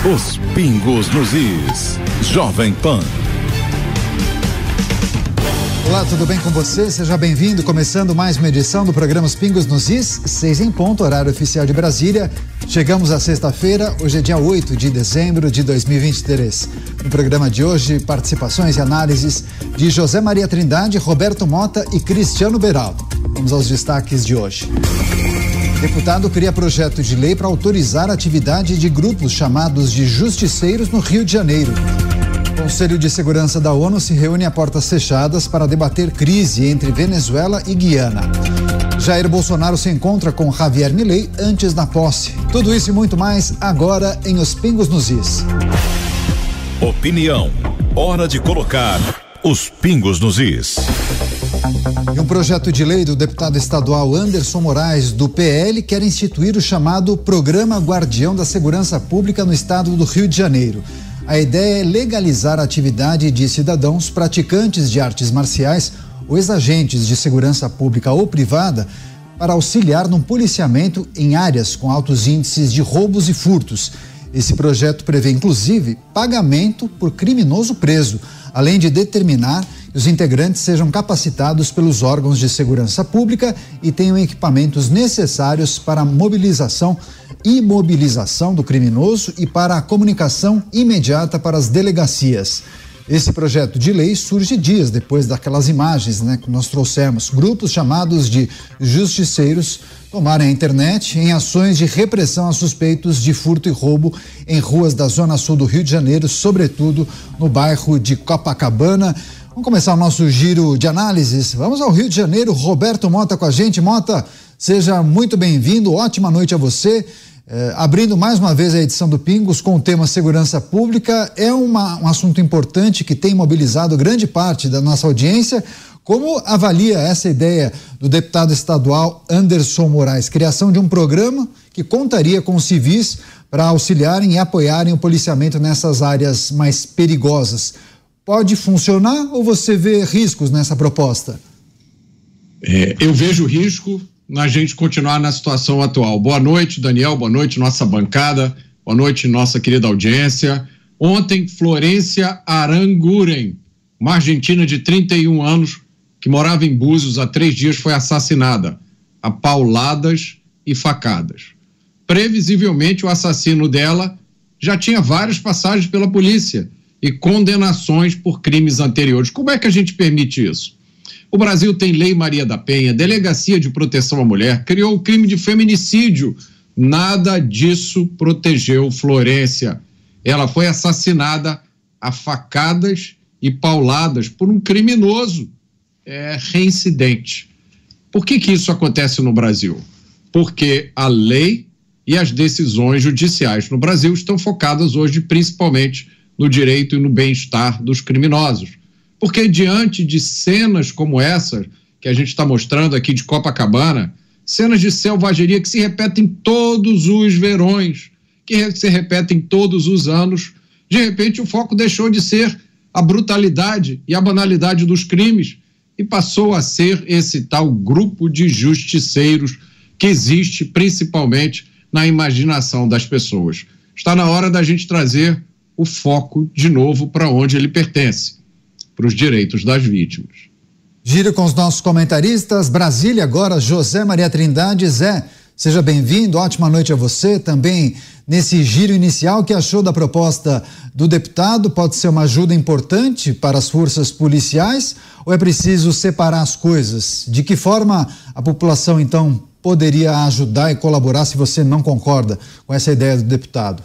Os pingos nos is. Jovem Pan. Olá, tudo bem com você? Seja bem-vindo, começando mais uma edição do programa Os Pingos nos Is, 6 em ponto, horário oficial de Brasília. Chegamos à sexta-feira, hoje é dia 8 de dezembro de 2023. No programa de hoje, participações e análises de José Maria Trindade, Roberto Mota e Cristiano Beraldo. Vamos aos destaques de hoje. Deputado cria projeto de lei para autorizar a atividade de grupos chamados de justiceiros no Rio de Janeiro. O Conselho de Segurança da ONU se reúne a portas fechadas para debater crise entre Venezuela e Guiana. Jair Bolsonaro se encontra com Javier Milei antes da posse. Tudo isso e muito mais agora em Os Pingos nos Is. Opinião. Hora de colocar os pingos nos is. E um projeto de lei do deputado estadual Anderson Moraes, do PL, quer instituir o chamado Programa Guardião da Segurança Pública no estado do Rio de Janeiro. A ideia é legalizar a atividade de cidadãos praticantes de artes marciais ou ex-agentes de segurança pública ou privada para auxiliar no policiamento em áreas com altos índices de roubos e furtos. Esse projeto prevê, inclusive, pagamento por criminoso preso, além de determinar que os integrantes sejam capacitados pelos órgãos de segurança pública e tenham equipamentos necessários para a mobilização e imobilização do criminoso e para a comunicação imediata para as delegacias. Esse projeto de lei surge dias depois daquelas imagens, que nós trouxemos. Grupos chamados de justiceiros tomaram a internet em ações de repressão a suspeitos de furto e roubo em ruas da zona sul do Rio de Janeiro, sobretudo no bairro de Copacabana. Vamos começar o nosso giro de análises. Vamos ao Rio de Janeiro. Roberto Mota com a gente. Mota, seja muito bem-vindo. Ótima noite a você. Abrindo mais uma vez a edição do Pingos com o tema segurança pública, é um assunto importante que tem mobilizado grande parte da nossa audiência. Como avalia essa ideia do deputado estadual Anderson Moraes? Criação de um programa que contaria com civis para auxiliarem e apoiarem o policiamento nessas áreas mais perigosas. Pode funcionar ou você vê riscos nessa proposta? Eu vejo risco na gente continuar na situação atual. Boa noite, Daniel, boa noite, nossa bancada, boa noite, nossa querida audiência. Ontem, Florência Aranguren, uma argentina de 31 anos, que morava em Búzios há 3 dias, foi assassinada a pauladas e facadas. Previsivelmente, o assassino dela já tinha várias passagens pela polícia e condenações por crimes anteriores. Como é que a gente permite isso? O Brasil tem Lei Maria da Penha, Delegacia de Proteção à Mulher, criou o crime de feminicídio. Nada disso protegeu Florência. Ela foi assassinada a facadas e pauladas por um criminoso reincidente. Por que isso acontece no Brasil? Porque a lei e as decisões judiciais no Brasil estão focadas hoje principalmente no direito e no bem-estar dos criminosos. Porque diante de cenas como essa que a gente está mostrando aqui de Copacabana, cenas de selvageria que se repetem todos os verões, que se repetem todos os anos, de repente o foco deixou de ser a brutalidade e a banalidade dos crimes e passou a ser esse tal grupo de justiceiros que existe principalmente na imaginação das pessoas. Está na hora da gente trazer o foco de novo para onde ele pertence, para os direitos das vítimas. Giro com os nossos comentaristas. Brasília agora, José Maria Trindade. Zé, seja bem-vindo, ótima noite a você. Também nesse giro inicial, que achou da proposta do deputado? Pode ser uma ajuda importante para as forças policiais ou é preciso separar as coisas? De que forma a população então poderia ajudar e colaborar se você não concorda com essa ideia do deputado?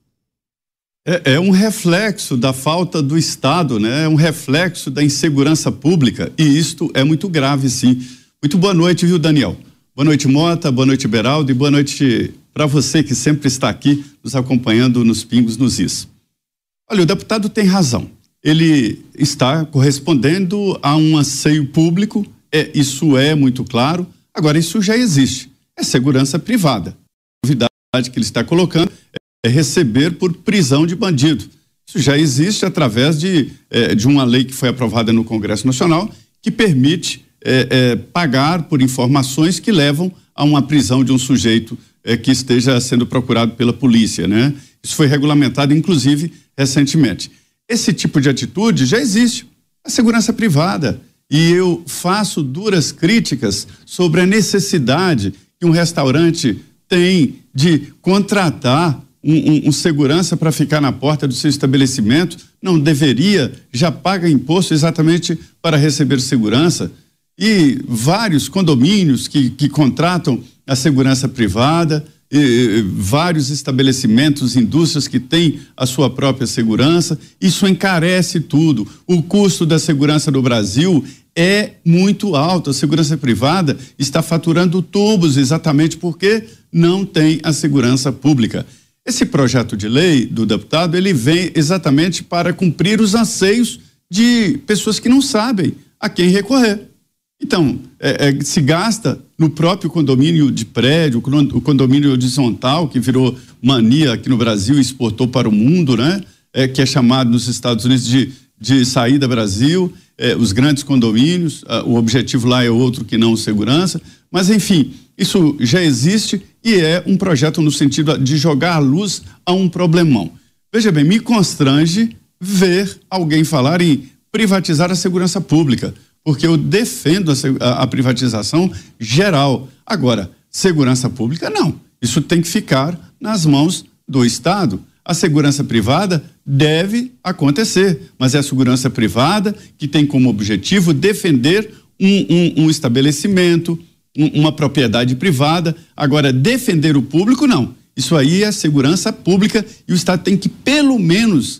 É um reflexo da falta do Estado, né? É um reflexo da insegurança pública e isto é muito grave, sim. Muito boa noite, viu, Daniel? Boa noite, Mota, boa noite, Beraldo, e boa noite para você que sempre está aqui nos acompanhando nos Pingos nos Is. Olha, o deputado tem razão. Ele está correspondendo a um anseio público, isso é muito claro. Agora, isso já existe. É segurança privada. A novidade que ele está colocando é receber por prisão de bandido. Isso já existe através de uma lei que foi aprovada no Congresso Nacional que permite pagar por informações que levam a uma prisão de um sujeito que esteja sendo procurado pela polícia, né? Isso foi regulamentado, inclusive, recentemente. Esse tipo de atitude já existe. A segurança privada. E eu faço duras críticas sobre a necessidade que um restaurante tem de contratar um segurança para ficar na porta do seu estabelecimento. Não deveria, já paga imposto exatamente para receber segurança. E vários condomínios que contratam a segurança privada, vários estabelecimentos, indústrias que têm a sua própria segurança, isso encarece tudo. O custo da segurança no Brasil é muito alto. A segurança privada está faturando tubos exatamente porque não tem a segurança pública. Esse projeto de lei do deputado, ele vem exatamente para cumprir os anseios de pessoas que não sabem a quem recorrer. Então, se gasta no próprio condomínio de prédio, o condomínio horizontal, que virou mania aqui no Brasil e exportou para o mundo, né? Que é chamado nos Estados Unidos de saída Brasil, os grandes condomínios, o objetivo lá é outro que não segurança, mas enfim, isso já existe e é um projeto no sentido de jogar a luz a um problemão. Veja bem, me constrange ver alguém falar em privatizar a segurança pública, porque eu defendo a privatização geral. Agora, segurança pública, não. Isso tem que ficar nas mãos do Estado. A segurança privada deve acontecer, mas é a segurança privada que tem como objetivo defender um estabelecimento, uma propriedade privada. Agora, defender o público, não. Isso aí é segurança pública e o Estado tem que pelo menos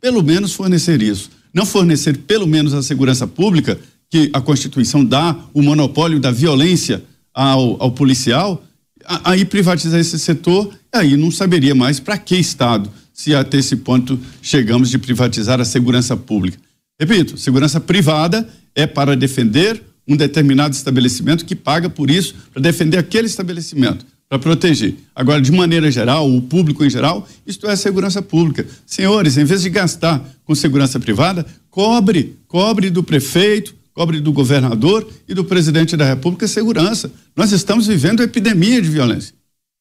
fornecer isso. Não fornecer pelo menos a segurança pública, que a Constituição dá o monopólio da violência ao policial, aí privatizar esse setor, aí não saberia mais para que Estado, se até esse ponto chegamos de privatizar a segurança pública. Repito, segurança privada é para defender um determinado estabelecimento que paga por isso, para defender aquele estabelecimento, para proteger. Agora, de maneira geral, o público em geral, isto é segurança pública. Senhores, em vez de gastar com segurança privada, cobre do prefeito, cobre do governador e do presidente da República segurança. Nós estamos vivendo epidemia de violência.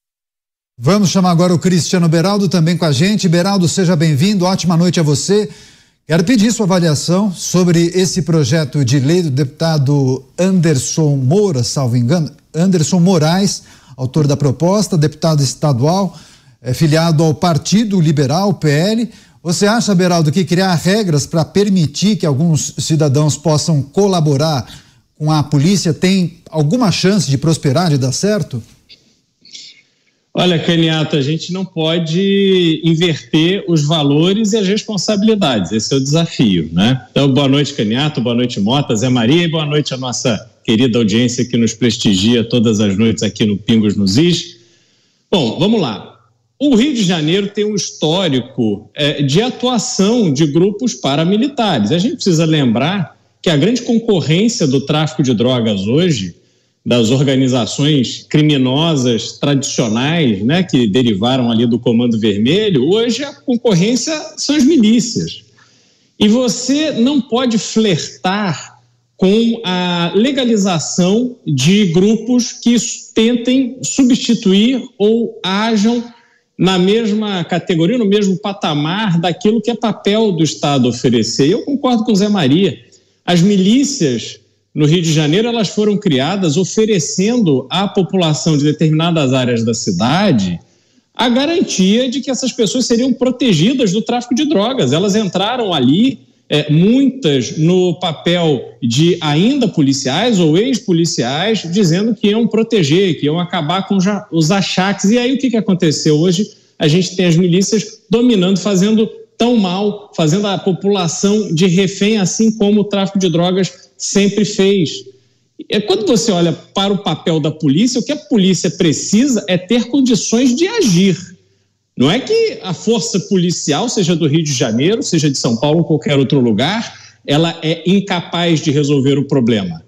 Vamos chamar agora o Cristiano Beraldo também com a gente. Beraldo, seja bem-vindo, ótima noite a você. Quero pedir sua avaliação sobre esse projeto de lei do deputado Anderson Moura, salvo engano, Anderson Moraes, autor da proposta, deputado estadual, filiado ao Partido Liberal, PL. Você acha, Beraldo, que criar regras para permitir que alguns cidadãos possam colaborar com a polícia tem alguma chance de prosperar, de dar certo? Olha, Caniato, a gente não pode inverter os valores e as responsabilidades. Esse é o desafio, né? Então, boa noite, Caniato, boa noite, Mota, Zé Maria, e boa noite à nossa querida audiência que nos prestigia todas as noites aqui no Pingos nos Is. Bom, vamos lá. O Rio de Janeiro tem um histórico de atuação de grupos paramilitares. A gente precisa lembrar que a grande concorrência do tráfico de drogas hoje, das organizações criminosas tradicionais, né, que derivaram ali do Comando Vermelho, hoje a concorrência são as milícias. E você não pode flertar com a legalização de grupos que tentem substituir ou ajam na mesma categoria, no mesmo patamar daquilo que é papel do Estado oferecer. Eu concordo com o Zé Maria. As milícias no Rio de Janeiro, elas foram criadas oferecendo à população de determinadas áreas da cidade a garantia de que essas pessoas seriam protegidas do tráfico de drogas. Elas entraram ali, muitas no papel de ainda policiais ou ex-policiais, dizendo que iam proteger, que iam acabar com os achaques. E aí o que aconteceu? Hoje a gente tem as milícias dominando, fazendo tão mal, fazendo a população de refém, assim como o tráfico de drogas sempre fez. Quando você olha para o papel da polícia, o que a polícia precisa é ter condições de agir. Não é que a força policial, seja do Rio de Janeiro, seja de São Paulo ou qualquer outro lugar, ela é incapaz de resolver o problema.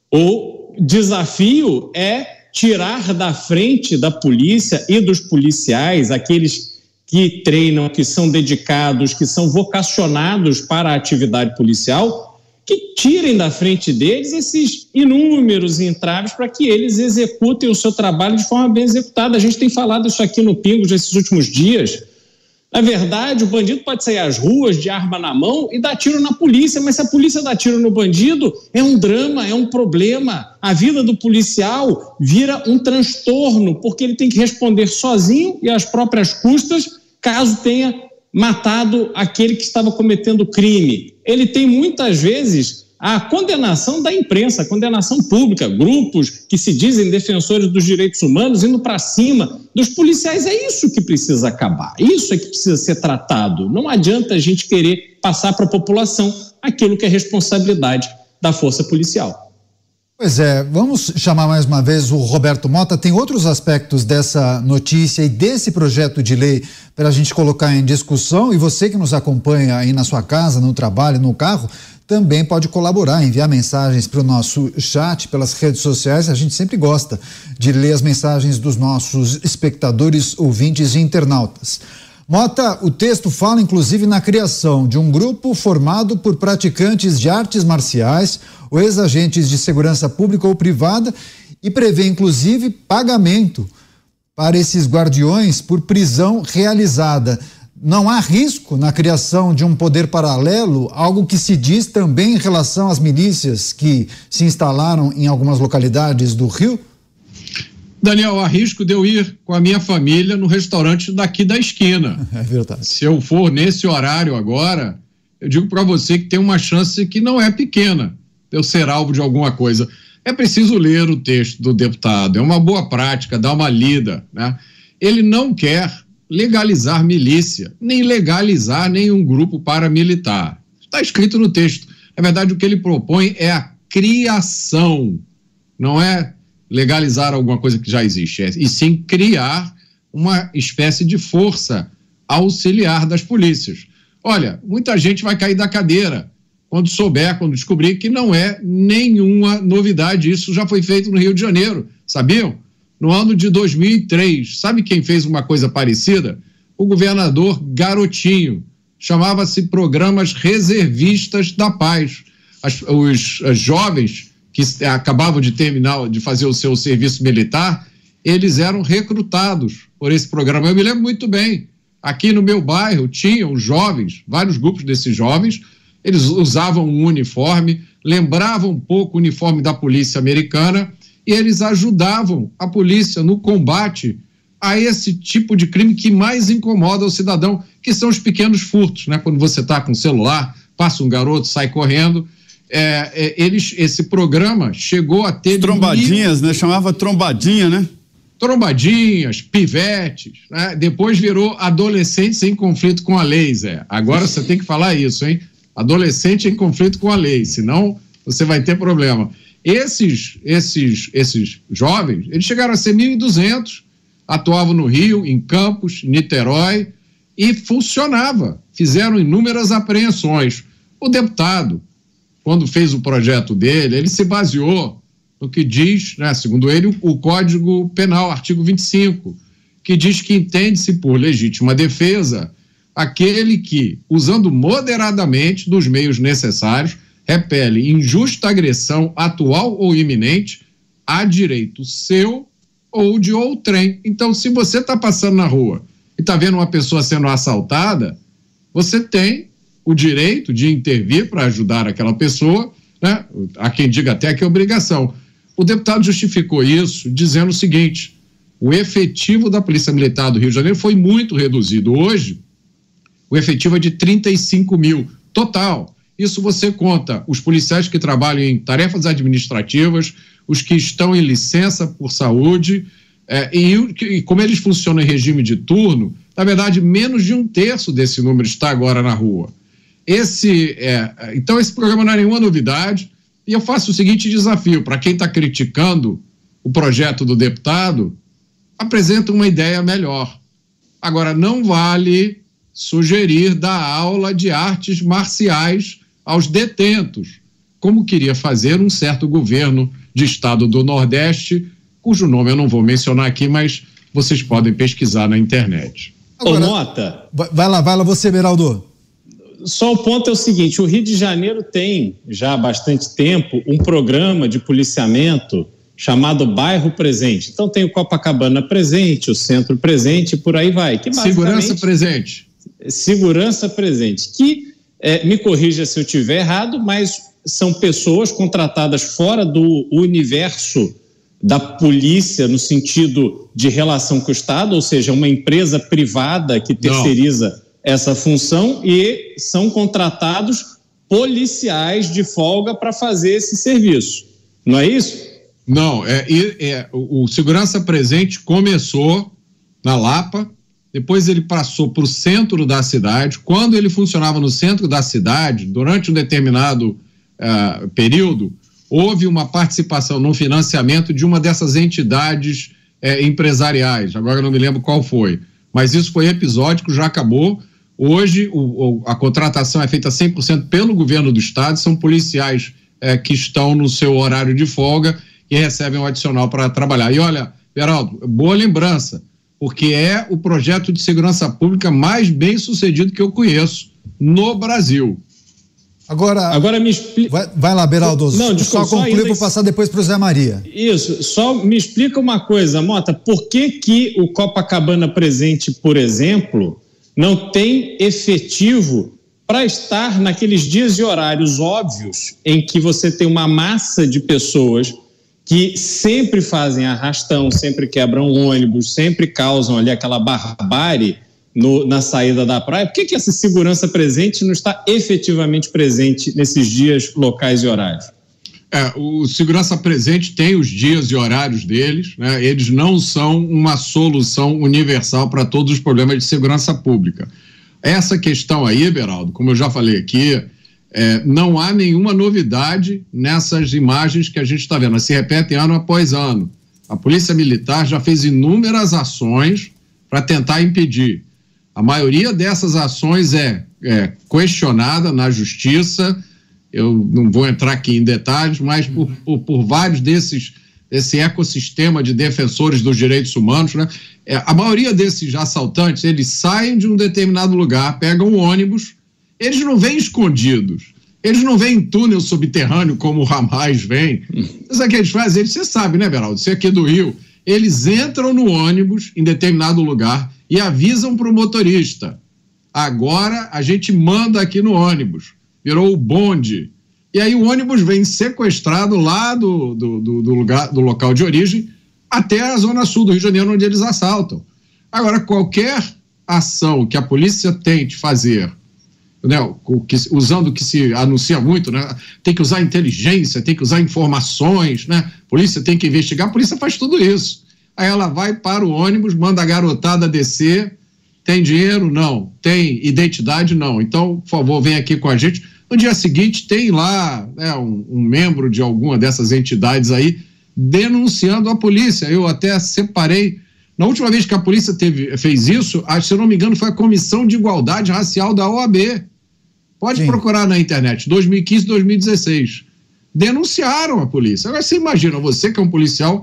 O desafio é tirar da frente da polícia e dos policiais, aqueles que treinam, que são dedicados, que são vocacionados para a atividade policial, que tirem da frente deles esses inúmeros entraves para que eles executem o seu trabalho de forma bem executada. A gente tem falado isso aqui no Pingos nesses últimos dias. Na verdade, o bandido pode sair às ruas de arma na mão e dar tiro na polícia, mas se a polícia dá tiro no bandido, é um drama, é um problema. A vida do policial vira um transtorno, porque ele tem que responder sozinho e às próprias custas, caso tenha matado aquele que estava cometendo crime. Ele tem muitas vezes a condenação da imprensa, a condenação pública, grupos que se dizem defensores dos direitos humanos indo para cima dos policiais. É isso que precisa acabar, isso é que precisa ser tratado. Não adianta a gente querer passar para a população aquilo que é responsabilidade da força policial. Pois é, vamos chamar mais uma vez o Roberto Mota. Tem outros aspectos dessa notícia e desse projeto de lei para a gente colocar em discussão, e você que nos acompanha aí na sua casa, no trabalho, no carro, também pode colaborar, enviar mensagens para o nosso chat, pelas redes sociais. A gente sempre gosta de ler as mensagens dos nossos espectadores, ouvintes e internautas. Mota, o texto fala inclusive na criação de um grupo formado por praticantes de artes marciais ou ex-agentes de segurança pública ou privada e prevê inclusive pagamento para esses guardiões por prisão realizada. Não há risco na criação de um poder paralelo, algo que se diz também em relação às milícias que se instalaram em algumas localidades do Rio? Daniel, há risco de eu ir com a minha família no restaurante daqui da esquina. É verdade. Se eu for nesse horário agora, eu digo para você que tem uma chance que não é pequena de eu ser alvo de alguma coisa. É preciso ler o texto do deputado, é uma boa prática, dar uma lida, né? Ele não quer legalizar milícia, nem legalizar nenhum grupo paramilitar. Está escrito no texto. Na verdade, o que ele propõe é a criação, não é legalizar alguma coisa que já existe, e sim criar uma espécie de força auxiliar das polícias. Olha, muita gente vai cair da cadeira quando descobrir que não é nenhuma novidade. Isso já foi feito no Rio de Janeiro, sabiam? No ano de 2003, sabe quem fez uma coisa parecida? O governador Garotinho. Chamava-se Programas Reservistas da Paz. Os jovens que acabavam de fazer o seu serviço militar, eles eram recrutados por esse programa. Eu me lembro muito bem. Aqui no meu bairro tinham jovens, vários grupos desses jovens, eles usavam um uniforme, lembravam um pouco o uniforme da polícia americana, e eles ajudavam a polícia no combate a esse tipo de crime que mais incomoda o cidadão, que são os pequenos furtos, né? Quando você está com o celular, passa um garoto, sai correndo. Esse programa chegou a ter... Trombadinhas, né? Chamava trombadinha, né? Trombadinhas, pivetes, né? Depois virou adolescentes em conflito com a lei, Zé. Agora você tem que falar isso, hein? Adolescente em conflito com a lei, senão você vai ter problema. Esses jovens, eles chegaram a ser 1.200, atuavam no Rio, em Campos, Niterói, e funcionava. Fizeram inúmeras apreensões. O deputado, quando fez o projeto dele, ele se baseou no que diz, né, segundo ele, o Código Penal, artigo 25, que diz que entende-se por legítima defesa aquele que, usando moderadamente dos meios necessários, repele injusta agressão atual ou iminente a direito seu ou de outrem. Então, se você está passando na rua e está vendo uma pessoa sendo assaltada, você tem o direito de intervir para ajudar aquela pessoa, né? Há quem diga até que é obrigação. O deputado justificou isso dizendo o seguinte: o efetivo da Polícia Militar do Rio de Janeiro foi muito reduzido. Hoje, o efetivo é de 35 mil, total. Isso você conta os policiais que trabalham em tarefas administrativas, os que estão em licença por saúde, e como eles funcionam em regime de turno, na verdade, menos de 1/3 desse número está agora na rua. Então, esse programa não é nenhuma novidade, e eu faço o seguinte desafio: para quem está criticando o projeto do deputado, apresenta uma ideia melhor. Agora, não vale sugerir dar aula de artes marciais aos detentos, como queria fazer um certo governo de estado do Nordeste, cujo nome eu não vou mencionar aqui, mas vocês podem pesquisar na internet. Agora, ô Mota, vai lá você, Beraldo. Só o ponto é o seguinte: o Rio de Janeiro tem já há bastante tempo um programa de policiamento chamado Bairro Presente. Então tem o Copacabana Presente, o Centro Presente e por aí vai. Que basicamente... Segurança Presente. segurança presente, que, me corrija se eu estiver errado, mas são pessoas contratadas fora do universo da polícia no sentido de relação com o Estado, ou seja, uma empresa privada que terceiriza essa função e são contratados policiais de folga para fazer esse serviço. Não é isso? Não, o Segurança Presente começou na Lapa, depois ele passou para o centro da cidade. Quando ele funcionava no centro da cidade, durante um determinado período, houve uma participação no financiamento de uma dessas entidades empresariais. Agora eu não me lembro qual foi, mas isso foi episódico, já acabou. Hoje a contratação é feita 100% pelo governo do estado, são policiais que estão no seu horário de folga e recebem um adicional para trabalhar. E olha, Beraldo, boa lembrança, porque é o projeto de segurança pública mais bem sucedido que eu conheço no Brasil. Agora me explica. Vai lá, Beraldo. Não, desculpa, só concluir, vou passar depois para o Zé Maria. Isso, só me explica uma coisa, Mota, por que o Copacabana Presente, por exemplo, não tem efetivo para estar naqueles dias e horários óbvios em que você tem uma massa de pessoas que sempre fazem arrastão, sempre quebram ônibus, sempre causam ali aquela barbárie na saída da praia? Por que essa segurança presente não está efetivamente presente nesses dias, locais e horários? O Segurança Presente tem os dias e horários deles, né? Eles não são uma solução universal para todos os problemas de segurança pública. Essa questão aí, Beraldo, como eu já falei aqui, não há nenhuma novidade nessas imagens que a gente está vendo, se repetem ano após ano. A Polícia Militar já fez inúmeras ações para tentar impedir. A maioria dessas ações é questionada na justiça. Eu não vou entrar aqui em detalhes, mas por vários desse ecossistema de defensores dos direitos humanos, né? A maioria desses assaltantes, eles saem de um determinado lugar, pegam um ônibus, eles não vêm escondidos, eles não vêm em túnel subterrâneo como o Ramais vem. Sabe o que eles fazem? Você sabe, né, Beraldo? Você aqui do Rio, eles entram no ônibus em determinado lugar e avisam para o motorista: agora a gente manda aqui no ônibus. Virou o bonde. E aí o ônibus vem sequestrado lá do local de origem até a zona sul do Rio de Janeiro, onde eles assaltam. Agora, qualquer ação que a polícia tente fazer, né, usando o que se anuncia muito, né, tem que usar inteligência, tem que usar informações, né, a polícia tem que investigar, a polícia faz tudo isso. Aí ela vai para o ônibus, manda a garotada descer. Tem dinheiro? Não. Tem identidade? Não. Então, por favor, vem aqui com a gente. No dia seguinte, tem lá, né, um membro de alguma dessas entidades aí denunciando a polícia. Eu até separei. Na última vez que a polícia fez isso, se eu não me engano, foi a Comissão de Igualdade Racial da OAB. Pode procurar na internet, 2015, 2016. Denunciaram a polícia. Agora você imagina, você que é um policial,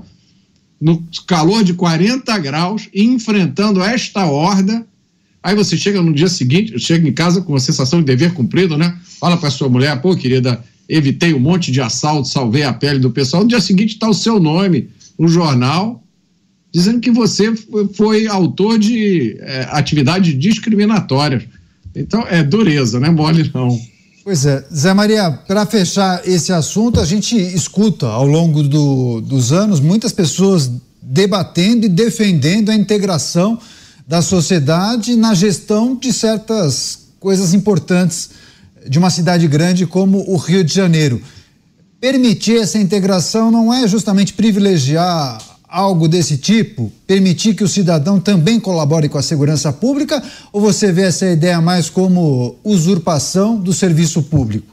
no calor de 40 graus, enfrentando esta horda, aí você chega no dia seguinte, chega em casa com a sensação de dever cumprido, né? Fala para sua mulher: pô, querida, evitei um monte de assalto, salvei a pele do pessoal. No dia seguinte está o seu nome no jornal, dizendo que você foi autor de atividades discriminatórias. Então é dureza, não é mole não. Pois é, Zé Maria, para fechar esse assunto, a gente escuta ao longo dos anos muitas pessoas debatendo e defendendo a integração da sociedade na gestão de certas coisas importantes de uma cidade grande como o Rio de Janeiro. Permitir essa integração não é justamente privilegiar algo desse tipo? Permitir que o cidadão também colabore com a segurança pública? Ou você vê essa ideia mais como usurpação do serviço público?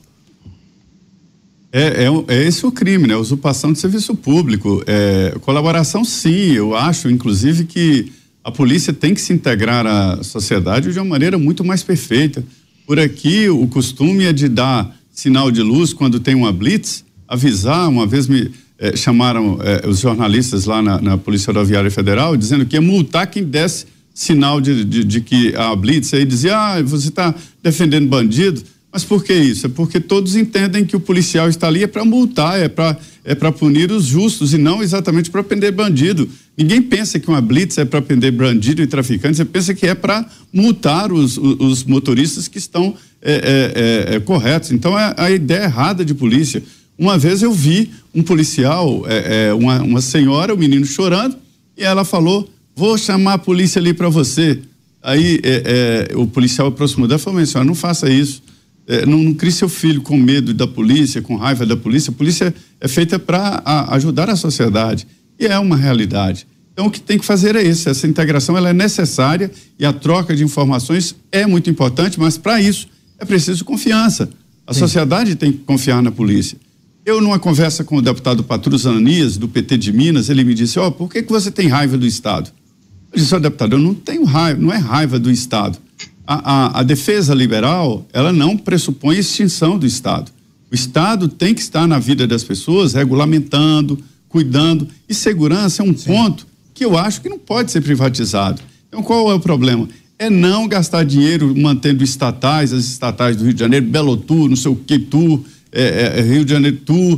É esse o crime, né? Usurpação de serviço público. Colaboração, sim. Eu acho, inclusive, que a polícia tem que se integrar à sociedade de uma maneira muito mais perfeita. Por aqui, o costume é de dar sinal de luz quando tem uma blitz, avisar. Uma vez me chamaram os jornalistas lá na Polícia Rodoviária Federal, dizendo que ia multar quem desse sinal de que a blitz aí dizia: você está defendendo bandido. Mas por que isso? É porque todos entendem que o policial está ali para multar, é para punir os justos e não exatamente para prender bandido. Ninguém pensa que uma blitz é para prender bandido e traficante, você pensa que é para multar os motoristas que estão corretos. Então é a ideia errada de polícia. Uma vez eu vi um policial, uma senhora, um menino chorando, e ela falou: vou chamar a polícia ali para você. Aí o policial aproximou dela e falou: senhora, não faça isso. Não crie seu filho com medo da polícia, com raiva da polícia. A polícia é feita para ajudar a sociedade e é uma realidade. Então o que tem que fazer é isso, essa integração ela é necessária e a troca de informações é muito importante, mas para isso é preciso confiança. A sociedade tem que confiar na polícia. Eu, numa conversa com o deputado Patrus Ananias, do PT de Minas, ele me disse: por que você tem raiva do Estado? Eu disse: deputado, eu não tenho raiva, não é raiva do Estado. A defesa liberal, ela não pressupõe extinção do Estado. O Estado tem que estar na vida das pessoas, regulamentando, cuidando, e segurança é um ponto que eu acho que não pode ser privatizado. Então, qual é o problema? É não gastar dinheiro mantendo estatais, as estatais do Rio de Janeiro, Belotur, não sei o que, Rio de Janeiro,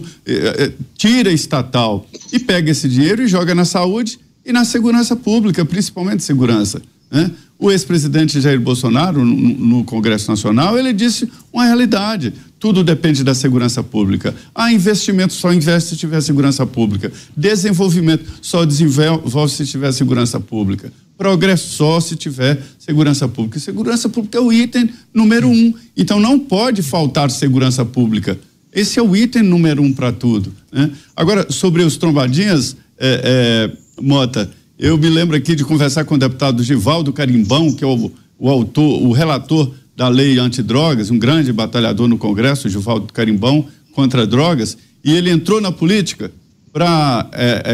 tira estatal e pega esse dinheiro e joga na saúde e na segurança pública, principalmente segurança, né? O ex-presidente Jair Bolsonaro, no Congresso Nacional, ele disse uma realidade: tudo depende da segurança pública. Investimento só investe se tiver segurança pública. Desenvolvimento só desenvolve se tiver segurança pública. Progresso só se tiver segurança pública. Segurança pública é o item número 1. Então não pode faltar segurança pública. Esse é o item número 1 para tudo, né? Agora, sobre os trombadinhas, Mota, eu me lembro aqui de conversar com o deputado Givaldo Carimbão, que é o relator da lei antidrogas, um grande batalhador no Congresso, Givaldo Carimbão, contra drogas, e ele entrou na política para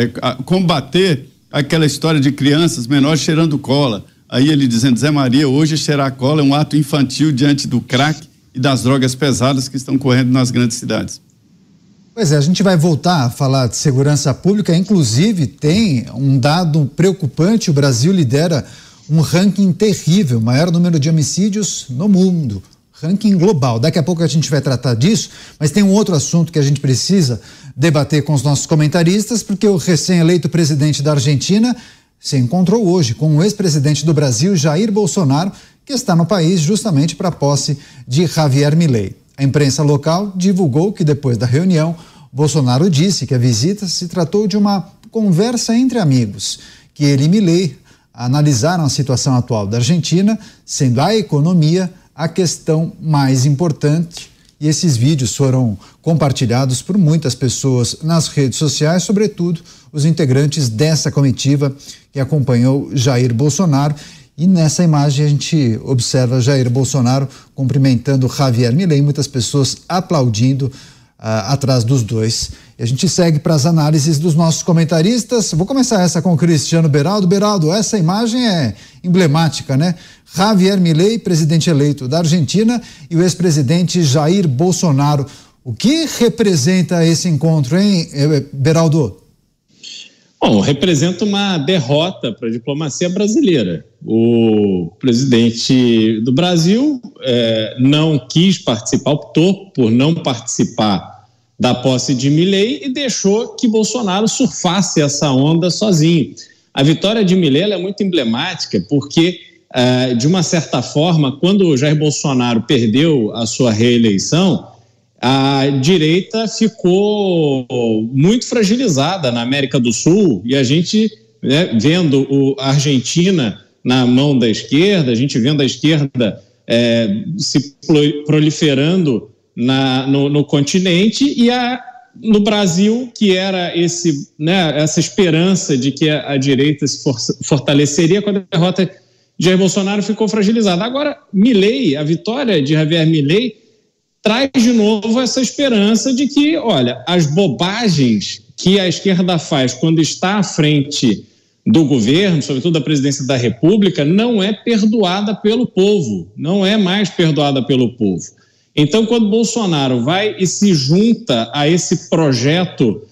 combater aquela história de crianças menores cheirando cola. Aí ele dizendo: Zé Maria, hoje cheirar cola é um ato infantil diante do crack e das drogas pesadas que estão correndo nas grandes cidades. Pois é, a gente vai voltar a falar de segurança pública, inclusive tem um dado preocupante: o Brasil lidera um ranking terrível, maior número de homicídios no mundo, ranking global. Daqui a pouco a gente vai tratar disso, mas tem um outro assunto que a gente precisa debater com os nossos comentaristas, porque o recém-eleito presidente da Argentina se encontrou hoje com o ex-presidente do Brasil, Jair Bolsonaro, que está no país justamente para a posse de Javier Milei. A imprensa local divulgou que depois da reunião, Bolsonaro disse que a visita se tratou de uma conversa entre amigos, que ele e Milei analisaram a situação atual da Argentina, sendo a economia a questão mais importante, e esses vídeos foram compartilhados por muitas pessoas nas redes sociais, sobretudo os integrantes dessa comitiva que acompanhou Jair Bolsonaro. E nessa imagem a gente observa Jair Bolsonaro cumprimentando Javier Milei, muitas pessoas aplaudindo atrás dos dois. E a gente segue para as análises dos nossos comentaristas. Vou começar essa com o Cristiano Beraldo. Beraldo, essa imagem é emblemática, né? Javier Milei, presidente eleito da Argentina, e o ex-presidente Jair Bolsonaro. O que representa esse encontro, hein, Beraldo? Bom, representa uma derrota para a diplomacia brasileira. O presidente do Brasil não quis participar, optou por não participar da posse de Milei e deixou que Bolsonaro surfasse essa onda sozinho. A vitória de Milei é muito emblemática porque, de uma certa forma, quando o Jair Bolsonaro perdeu a sua reeleição, a direita ficou muito fragilizada na América do Sul e a gente, vendo a Argentina na mão da esquerda, a gente vendo a esquerda se proliferando no continente e no Brasil, que era essa esperança de que a direita se fortaleceria, com a derrota de Jair Bolsonaro ficou fragilizada. Agora, Milei, a vitória de Javier Milei traz de novo essa esperança de que, olha, as bobagens que a esquerda faz quando está à frente do governo, sobretudo da presidência da República, não é perdoada pelo povo, não é mais perdoada pelo povo. Então, quando Bolsonaro vai e se junta a esse projeto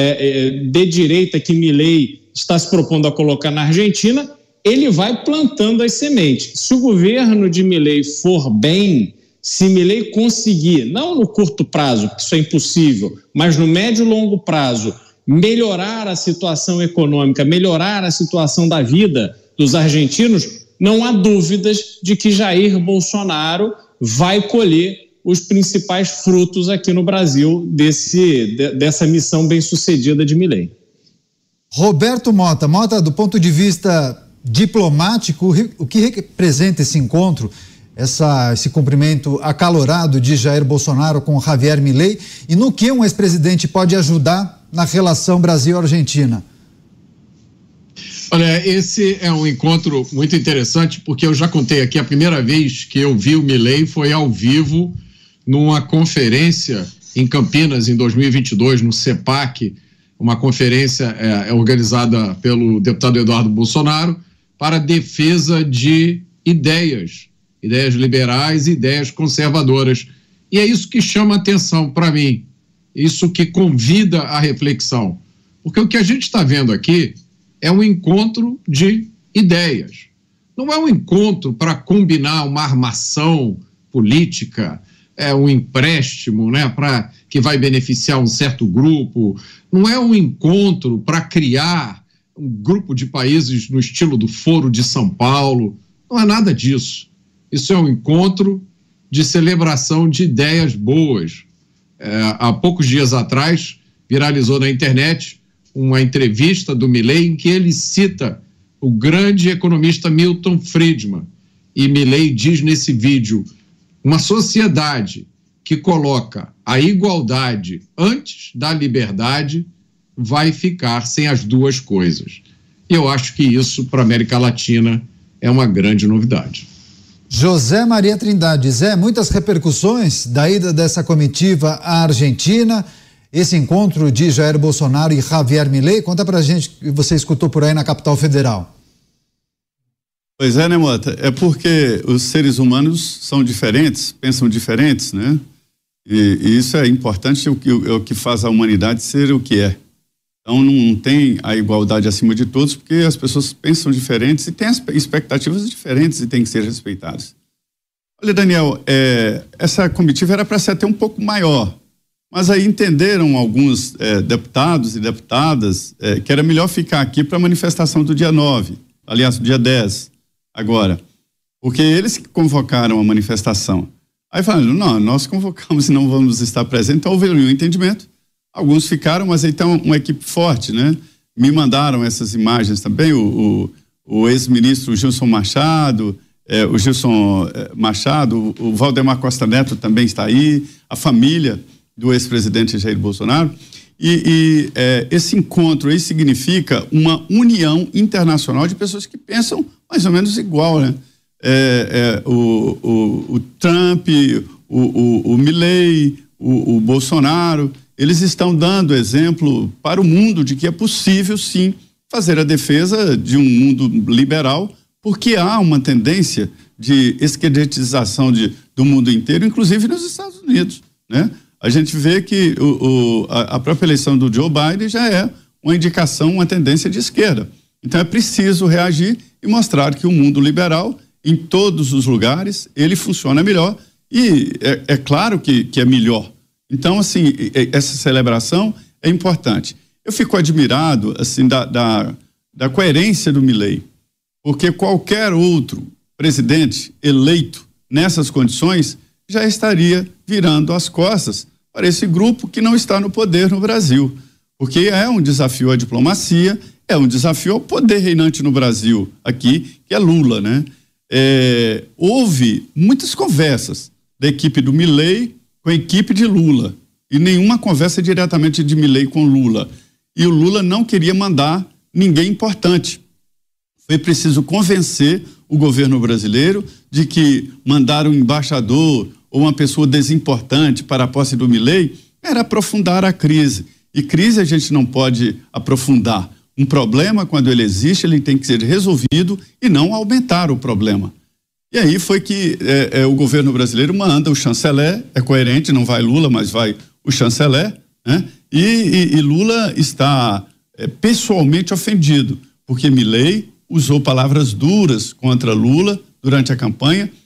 de direita que Milei está se propondo a colocar na Argentina, ele vai plantando as sementes. Se o governo de Milei for bem, Se Milei conseguir, não no curto prazo, porque isso é impossível, mas no médio e longo prazo, melhorar a situação econômica, melhorar a situação da vida dos argentinos, não há dúvidas de que Jair Bolsonaro vai colher os principais frutos aqui no Brasil dessa missão bem-sucedida de Milei. Roberto Mota, do ponto de vista diplomático, o que representa esse encontro, esse cumprimento acalorado de Jair Bolsonaro com Javier Milei, e no que um ex-presidente pode ajudar na relação Brasil-Argentina? Olha, esse é um encontro muito interessante, porque eu já contei aqui, a primeira vez que eu vi o Milei foi ao vivo numa conferência em Campinas, em 2022, no CEPAC, uma conferência organizada pelo deputado Eduardo Bolsonaro para a defesa de ideias liberais, ideias conservadoras. E é isso que chama atenção para mim, isso que convida à reflexão. Porque o que a gente está vendo aqui é um encontro de ideias. Não é um encontro para combinar uma armação política, um empréstimo, né, que vai beneficiar um certo grupo. Não é um encontro para criar um grupo de países no estilo do Foro de São Paulo. Não é nada disso. Isso é um encontro de celebração de ideias boas. Há poucos dias atrás, viralizou na internet uma entrevista do Milei em que ele cita o grande economista Milton Friedman. E Milei diz nesse vídeo: uma sociedade que coloca a igualdade antes da liberdade vai ficar sem as duas coisas. E eu acho que isso, para a América Latina, é uma grande novidade. José Maria Trindade, Zé, muitas repercussões da ida dessa comitiva à Argentina, esse encontro de Jair Bolsonaro e Javier Milei. Conta pra gente o que você escutou por aí na capital federal. Pois é, né, Mota? É porque os seres humanos são diferentes, pensam diferentes, né? E isso é importante, é o que faz a humanidade ser o que é. Então não tem a igualdade acima de todos, porque as pessoas pensam diferentes e têm expectativas diferentes e têm que ser respeitadas. Olha, Daniel, essa comitiva era para ser até um pouco maior, mas aí entenderam alguns deputados e deputadas que era melhor ficar aqui para a manifestação do dia 9, aliás, do dia 10, agora, porque eles que convocaram a manifestação. Aí falaram, não, nós convocamos e não vamos estar presentes, então houve um entendimento. Alguns ficaram, mas aí tem uma equipe forte, né? Me mandaram essas imagens também, o ex-ministro Gilson Machado, o Valdemar Costa Neto também está aí, a família do ex-presidente Jair Bolsonaro. E esse encontro aí significa uma união internacional de pessoas que pensam mais ou menos igual, né? O Trump, o Milei, o Bolsonaro, eles estão dando exemplo para o mundo de que é possível, sim, fazer a defesa de um mundo liberal, porque há uma tendência de esquerdetização do mundo inteiro, inclusive nos Estados Unidos, né? A gente vê que a própria eleição do Joe Biden já é uma indicação, uma tendência de esquerda. Então é preciso reagir e mostrar que o mundo liberal, em todos os lugares, ele funciona melhor e é claro que é melhor. Então, assim, essa celebração é importante. Eu fico admirado, assim, da coerência do Milei, porque qualquer outro presidente eleito nessas condições já estaria virando as costas para esse grupo que não está no poder no Brasil, porque é um desafio à diplomacia, é um desafio ao poder reinante no Brasil aqui, que é Lula, né? Houve muitas conversas da equipe do Milei com a equipe de Lula, e nenhuma conversa diretamente de Milei com Lula. E o Lula não queria mandar ninguém importante. Foi preciso convencer o governo brasileiro de que mandar um embaixador ou uma pessoa desimportante para a posse do Milei era aprofundar a crise. E crise a gente não pode aprofundar. Um problema, quando ele existe, ele tem que ser resolvido e não aumentar o problema. E aí foi que o governo brasileiro manda o chanceler, é coerente, não vai Lula, mas vai o chanceler, né? E Lula está pessoalmente ofendido, porque Milei usou palavras duras contra Lula durante a campanha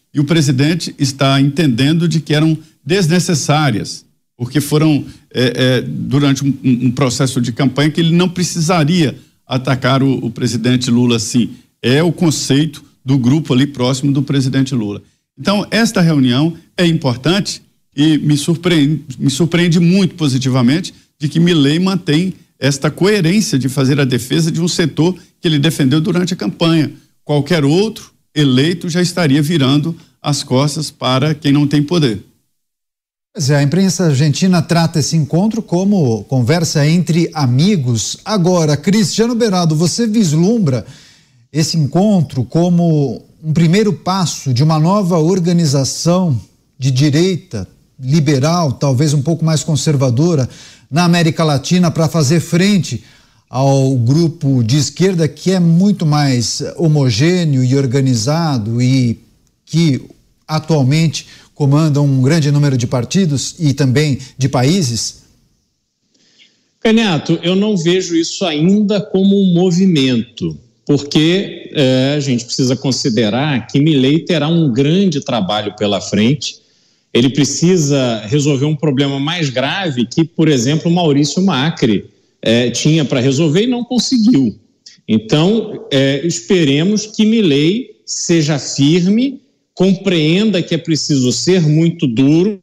e o presidente está entendendo de que eram desnecessárias, porque foram durante um processo de campanha que ele não precisaria atacar o presidente Lula assim. É o conceito do grupo ali próximo do presidente Lula. Então, esta reunião é importante e me surpreende muito positivamente de que Milei mantém esta coerência de fazer a defesa de um setor que ele defendeu durante a campanha. Qualquer outro eleito já estaria virando as costas para quem não tem poder. Pois é, a imprensa argentina trata esse encontro como conversa entre amigos. Agora, Cristiano Beraldo, você vislumbra esse encontro como um primeiro passo de uma nova organização de direita, liberal, talvez um pouco mais conservadora, na América Latina para fazer frente ao grupo de esquerda que é muito mais homogêneo e organizado e que atualmente comanda um grande número de partidos e também de países? Caniato, eu não vejo isso ainda como um movimento, porque a gente precisa considerar que Milei terá um grande trabalho pela frente. Ele precisa resolver um problema mais grave que, por exemplo, Maurício Macri tinha para resolver e não conseguiu. Então, esperemos que Milei seja firme, compreenda que é preciso ser muito duro.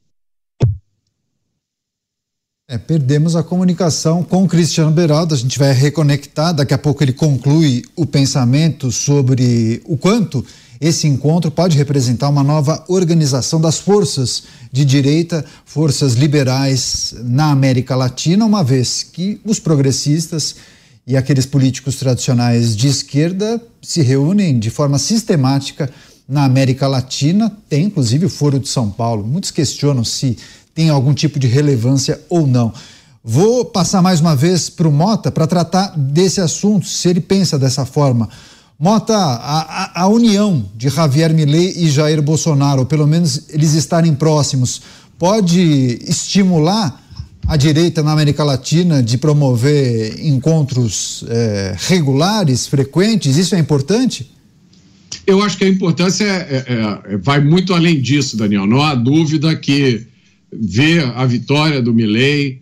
Perdemos a comunicação com o Cristiano Beraldo, a gente vai reconectar, daqui a pouco ele conclui o pensamento sobre o quanto esse encontro pode representar uma nova organização das forças de direita, forças liberais na América Latina, uma vez que os progressistas e aqueles políticos tradicionais de esquerda se reúnem de forma sistemática na América Latina. Tem inclusive o Foro de São Paulo. Muitos questionam se tem algum tipo de relevância ou não. Vou passar mais uma vez para o Mota para tratar desse assunto, se ele pensa dessa forma. Mota, a união de Javier Milei e Jair Bolsonaro, ou pelo menos eles estarem próximos, pode estimular a direita na América Latina de promover encontros regulares, frequentes? Isso é importante? Eu acho que a importância vai muito além disso, Daniel. Não há dúvida que ver a vitória do Milei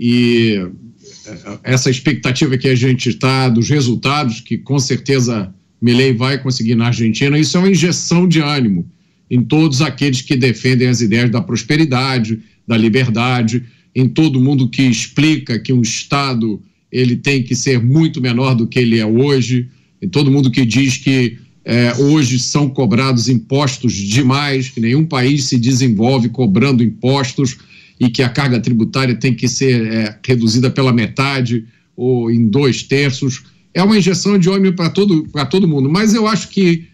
e essa expectativa que a gente está dos resultados, que com certeza Milei vai conseguir na Argentina, isso é uma injeção de ânimo em todos aqueles que defendem as ideias da prosperidade, da liberdade, em todo mundo que explica que um Estado ele tem que ser muito menor do que ele é hoje, em todo mundo que diz que hoje são cobrados impostos demais, que nenhum país se desenvolve cobrando impostos e que a carga tributária tem que ser reduzida pela metade ou em 2/3. É uma injeção de ânimo para todo mundo, mas eu acho que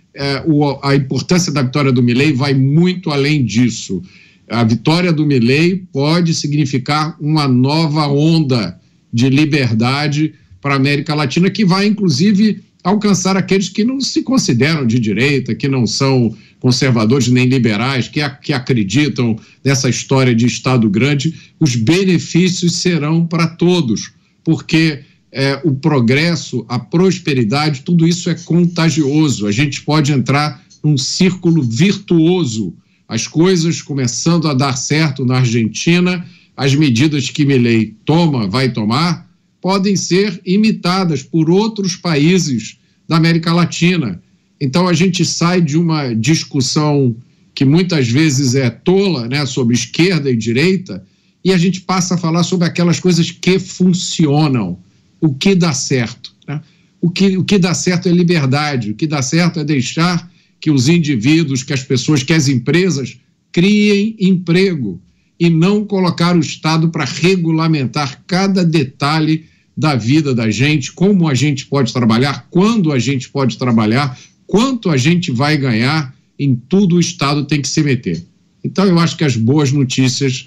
a importância da vitória do Milei vai muito além disso. A vitória do Milei pode significar uma nova onda de liberdade para a América Latina, que vai, inclusive, alcançar aqueles que não se consideram de direita, que não são conservadores nem liberais, que acreditam nessa história de Estado grande. Os benefícios serão para todos, porque o progresso, a prosperidade, tudo isso é contagioso. A gente pode entrar num círculo virtuoso. As coisas começando a dar certo na Argentina, as medidas que Milei vai tomar, podem ser imitadas por outros países da América Latina. Então a gente sai de uma discussão que muitas vezes é tola, né, sobre esquerda e direita, e a gente passa a falar sobre aquelas coisas que funcionam, o que dá certo, né? O que dá certo é liberdade, o que dá certo é deixar que os indivíduos, que as pessoas, que as empresas criem emprego e não colocar o Estado para regulamentar cada detalhe da vida da gente, como a gente pode trabalhar, quando a gente pode trabalhar, quanto a gente vai ganhar, em tudo o Estado tem que se meter. Então eu acho que as boas notícias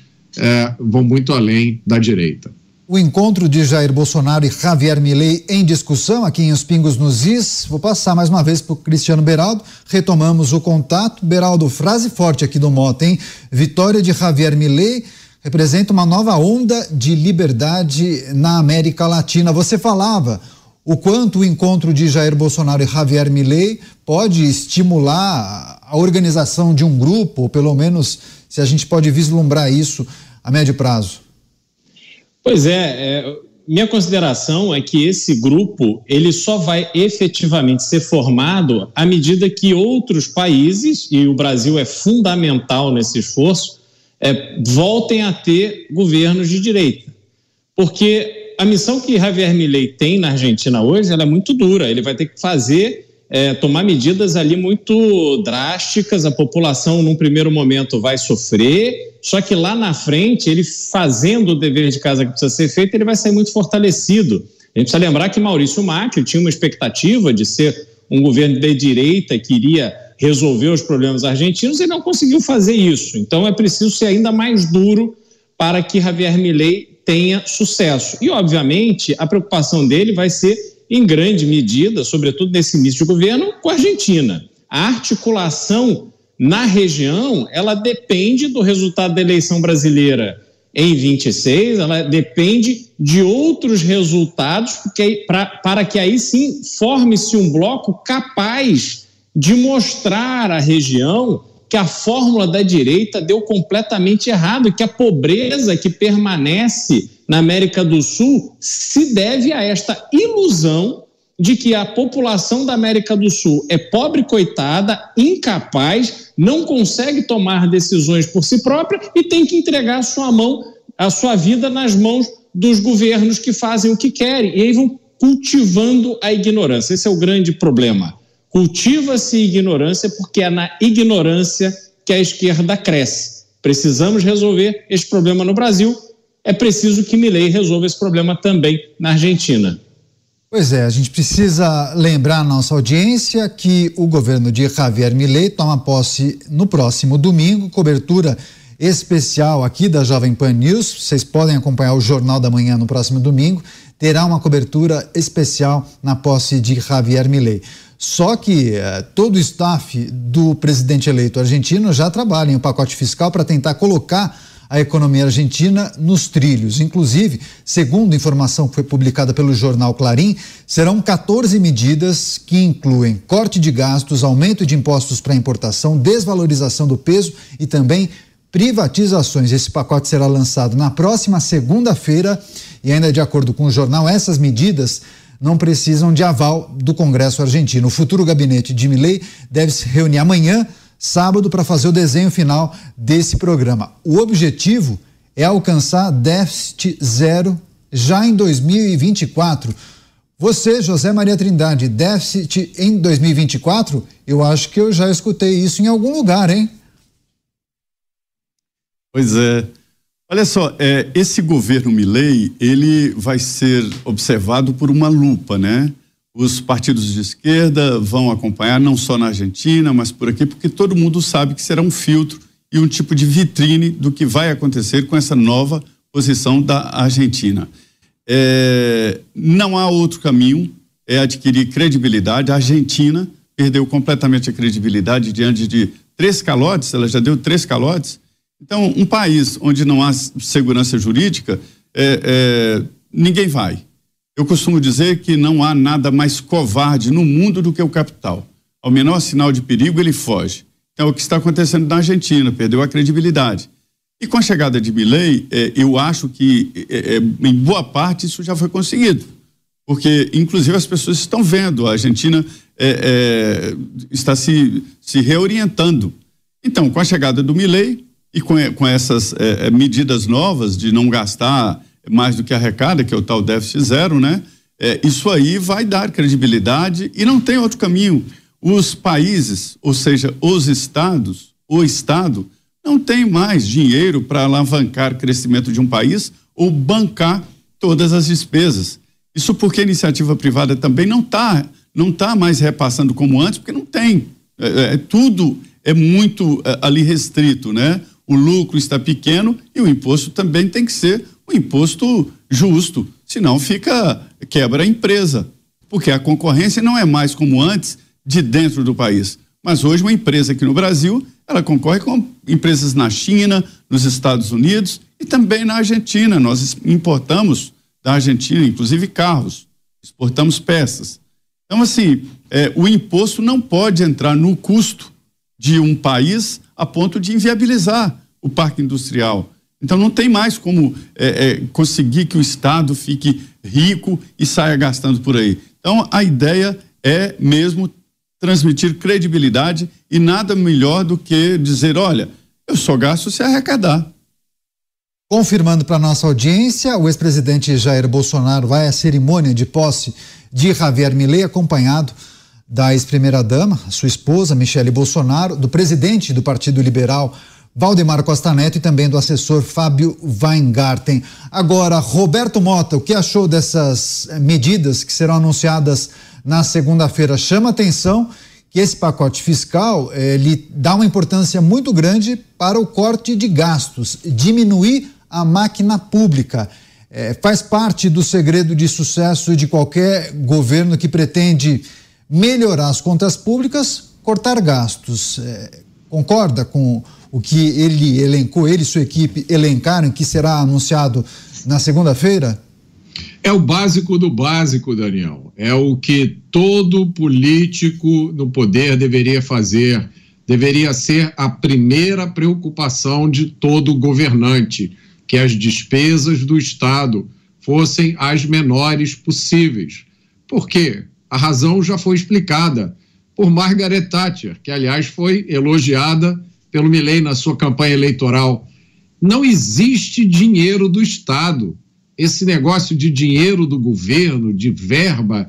vão muito além da direita. O encontro de Jair Bolsonaro e Javier Milei em discussão aqui em Os Pingos nos Is. Vou passar mais uma vez para o Cristiano Beraldo. Retomamos o contato. Beraldo, frase forte aqui do Mota, hein? Vitória de Javier Milei representa uma nova onda de liberdade na América Latina. Você falava, o quanto o encontro de Jair Bolsonaro e Javier Milei pode estimular a organização de um grupo, ou pelo menos se a gente pode vislumbrar isso a médio prazo. Pois minha consideração é que esse grupo ele só vai efetivamente ser formado à medida que outros países, e o Brasil é fundamental nesse esforço, voltem a ter governos de direita. Porque a missão que Javier Milei tem na Argentina hoje, ela é muito dura. Ele vai ter que tomar medidas ali muito drásticas. A população, num primeiro momento, vai sofrer. Só que lá na frente, ele fazendo o dever de casa que precisa ser feito, ele vai sair muito fortalecido. A gente precisa lembrar que Maurício Macri tinha uma expectativa de ser um governo de direita que iria resolver os problemas argentinos e não conseguiu fazer isso. Então é preciso ser ainda mais duro para que Javier Milei tenha sucesso. E, obviamente, a preocupação dele vai ser, em grande medida, sobretudo nesse início de governo, com a Argentina. A articulação na região, ela depende do resultado da eleição brasileira em 26, ela depende de outros resultados para que aí sim forme-se um bloco capaz de mostrar à região que a fórmula da direita deu completamente errado e que a pobreza que permanece na América do Sul se deve a esta ilusão de que a população da América do Sul é pobre, coitada, incapaz, não consegue tomar decisões por si própria e tem que entregar a sua vida nas mãos dos governos que fazem o que querem. E aí vão cultivando a ignorância. Esse é o grande problema. Cultiva-se ignorância porque é na ignorância que a esquerda cresce. Precisamos resolver esse problema no Brasil. É preciso que Milei resolva esse problema também na Argentina. Pois é, a gente precisa lembrar a nossa audiência que o governo de Javier Milei toma posse no próximo domingo, cobertura especial aqui da Jovem Pan News. Vocês podem acompanhar o Jornal da Manhã no próximo domingo. Terá uma cobertura especial na posse de Javier Milei. Só que todo o staff do presidente eleito argentino já trabalha em um pacote fiscal para tentar colocar a economia argentina nos trilhos. Inclusive, segundo informação que foi publicada pelo jornal Clarín, serão 14 medidas que incluem corte de gastos, aumento de impostos para importação, desvalorização do peso e também privatizações. Esse pacote será lançado na próxima segunda-feira e ainda de acordo com o jornal, essas medidas não precisam de aval do Congresso argentino. O futuro gabinete de Milei deve se reunir amanhã, sábado, para fazer o desenho final desse programa. O objetivo é alcançar déficit zero já em 2024. Você, José Maria Trindade, déficit em 2024? Eu acho que eu já escutei isso em algum lugar, hein? Pois é. Olha só, esse governo Milei, ele vai ser observado por uma lupa, né? Os partidos de esquerda vão acompanhar, não só na Argentina, mas por aqui, porque todo mundo sabe que será um filtro e um tipo de vitrine do que vai acontecer com essa nova posição da Argentina. Não há outro caminho, é adquirir credibilidade. A Argentina perdeu completamente a credibilidade diante de 3 calotes, ela já deu 3 calotes. Então, um país onde não há segurança jurídica, ninguém vai. Eu costumo dizer que não há nada mais covarde no mundo do que o capital. Ao menor sinal de perigo, ele foge. Então, o que está acontecendo na Argentina, perdeu a credibilidade. E com a chegada de Milei, eu acho que, em boa parte, isso já foi conseguido. Porque, inclusive, as pessoas estão vendo, a Argentina está se reorientando. Então, com a chegada do Milei e com essas medidas novas de não gastar mais do que arrecada, que é o tal déficit zero, né? Isso aí vai dar credibilidade e não tem outro caminho. Os países, ou seja, os estados, o Estado, não tem mais dinheiro para alavancar o crescimento de um país ou bancar todas as despesas. Isso porque a iniciativa privada também não tá mais repassando como antes, porque não tem. Tudo é muito ali restrito, né? O lucro está pequeno e o imposto também tem que ser um imposto justo, senão quebra a empresa, porque a concorrência não é mais como antes de dentro do país, mas hoje uma empresa aqui no Brasil, ela concorre com empresas na China, nos Estados Unidos e também na Argentina. Nós importamos da Argentina, inclusive carros. exportamos peças. Então, assim, o imposto não pode entrar no custo de um país a ponto de inviabilizar o parque industrial. Então, não tem mais como conseguir que o Estado fique rico e saia gastando por aí. Então, a ideia é mesmo transmitir credibilidade e nada melhor do que dizer, olha, eu só gasto se arrecadar. Confirmando para nossa audiência, o ex-presidente Jair Bolsonaro vai à cerimônia de posse de Javier Milei, acompanhado da ex-primeira-dama, sua esposa, Michele Bolsonaro, do presidente do Partido Liberal, Valdemar Costa Neto, e também do assessor Fábio Weingarten. Agora, Roberto Mota, o que achou dessas medidas que serão anunciadas na segunda-feira? Chama atenção que esse pacote fiscal, ele dá uma importância muito grande para o corte de gastos, diminuir a máquina pública. Faz parte do segredo de sucesso de qualquer governo que pretende melhorar as contas públicas, cortar gastos. Concorda com o que ele elencou, ele e sua equipe elencaram, que será anunciado na segunda-feira? É o básico do básico, Daniel. É o que todo político no poder deveria fazer. Deveria ser a primeira preocupação de todo governante, que as despesas do Estado fossem as menores possíveis. Por quê? A razão já foi explicada por Margaret Thatcher, que, aliás, foi elogiada pelo Milei na sua campanha eleitoral. Não existe dinheiro do Estado. Esse negócio de dinheiro do governo, de verba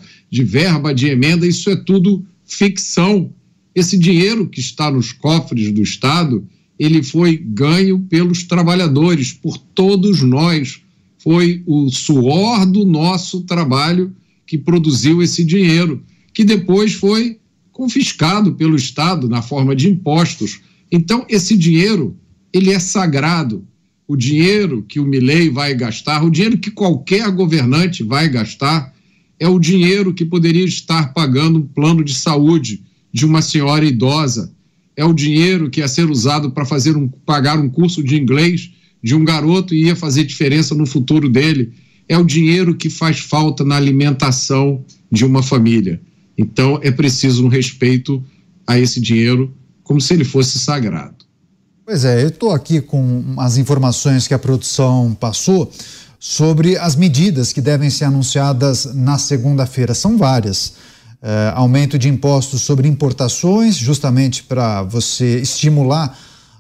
de emenda, isso é tudo ficção. Esse dinheiro que está nos cofres do Estado, ele foi ganho pelos trabalhadores, por todos nós. Foi o suor do nosso trabalho que produziu esse dinheiro, que depois foi confiscado pelo Estado na forma de impostos. Então, esse dinheiro, ele é sagrado. O dinheiro que o Milei vai gastar, o dinheiro que qualquer governante vai gastar, é o dinheiro que poderia estar pagando um plano de saúde de uma senhora idosa. É o dinheiro que ia ser usado para pagar um curso de inglês de um garoto e ia fazer diferença no futuro dele. É o dinheiro que faz falta na alimentação de uma família. Então, é preciso um respeito a esse dinheiro como se ele fosse sagrado. Pois é, eu estou aqui com as informações que a produção passou sobre as medidas que devem ser anunciadas na segunda-feira. São várias. Aumento de impostos sobre importações, justamente para você estimular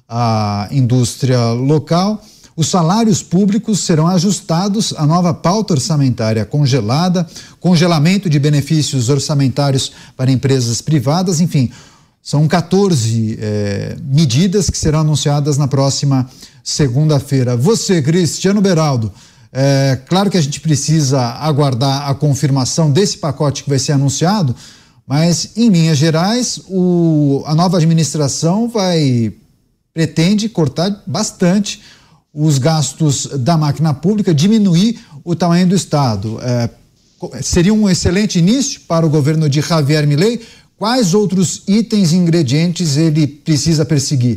a indústria local. Os salários públicos serão ajustados à nova pauta orçamentária congelada, congelamento de benefícios orçamentários para empresas privadas, enfim. São 14 medidas que serão anunciadas na próxima segunda-feira. Você, Cristiano Beraldo, claro que a gente precisa aguardar a confirmação desse pacote que vai ser anunciado, mas, em linhas gerais, a nova administração pretende cortar bastante os gastos da máquina pública, diminuir o tamanho do Estado. Seria um excelente início para o governo de Javier Milei. Quais outros itens e ingredientes ele precisa perseguir?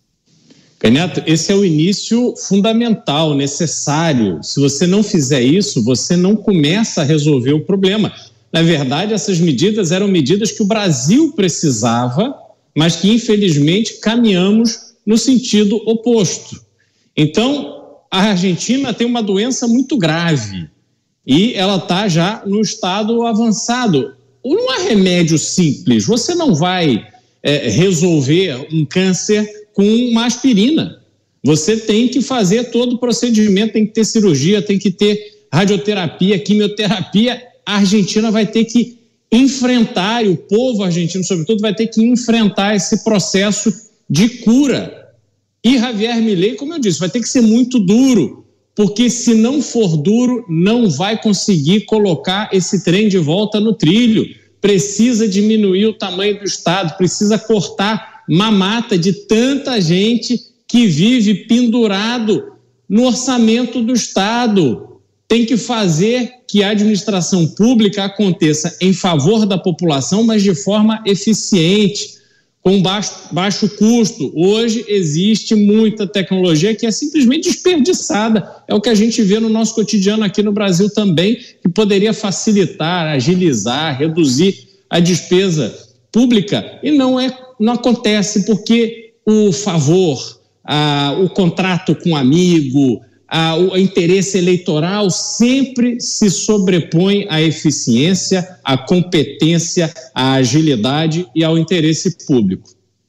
Canhato, esse é o início fundamental, necessário. Se você não fizer isso, você não começa a resolver o problema. Na verdade, essas medidas eram medidas que o Brasil precisava, mas que, infelizmente, caminhamos no sentido oposto. Então, a Argentina tem uma doença muito grave e ela está já no estado avançado. Não há remédio simples. Você não vai resolver um câncer com uma aspirina. Você tem que fazer todo o procedimento, tem que ter cirurgia, tem que ter radioterapia, quimioterapia. A Argentina vai ter que enfrentar, e o povo argentino, sobretudo, vai ter que enfrentar esse processo de cura. E Javier Milei, como eu disse, vai ter que ser muito duro, porque se não for duro, não vai conseguir colocar esse trem de volta no trilho. Precisa diminuir o tamanho do Estado, precisa cortar mamata de tanta gente que vive pendurado no orçamento do Estado. Tem que fazer que a administração pública aconteça em favor da população, mas de forma eficiente. com baixo custo. Hoje existe muita tecnologia que é simplesmente desperdiçada. É o que a gente vê no nosso cotidiano aqui no Brasil também, que poderia facilitar, agilizar, reduzir a despesa pública, e não acontece porque o favor, o contrato com amigo, o interesse eleitoral sempre se sobrepõe à eficiência, à competência, à agilidade e ao interesse público.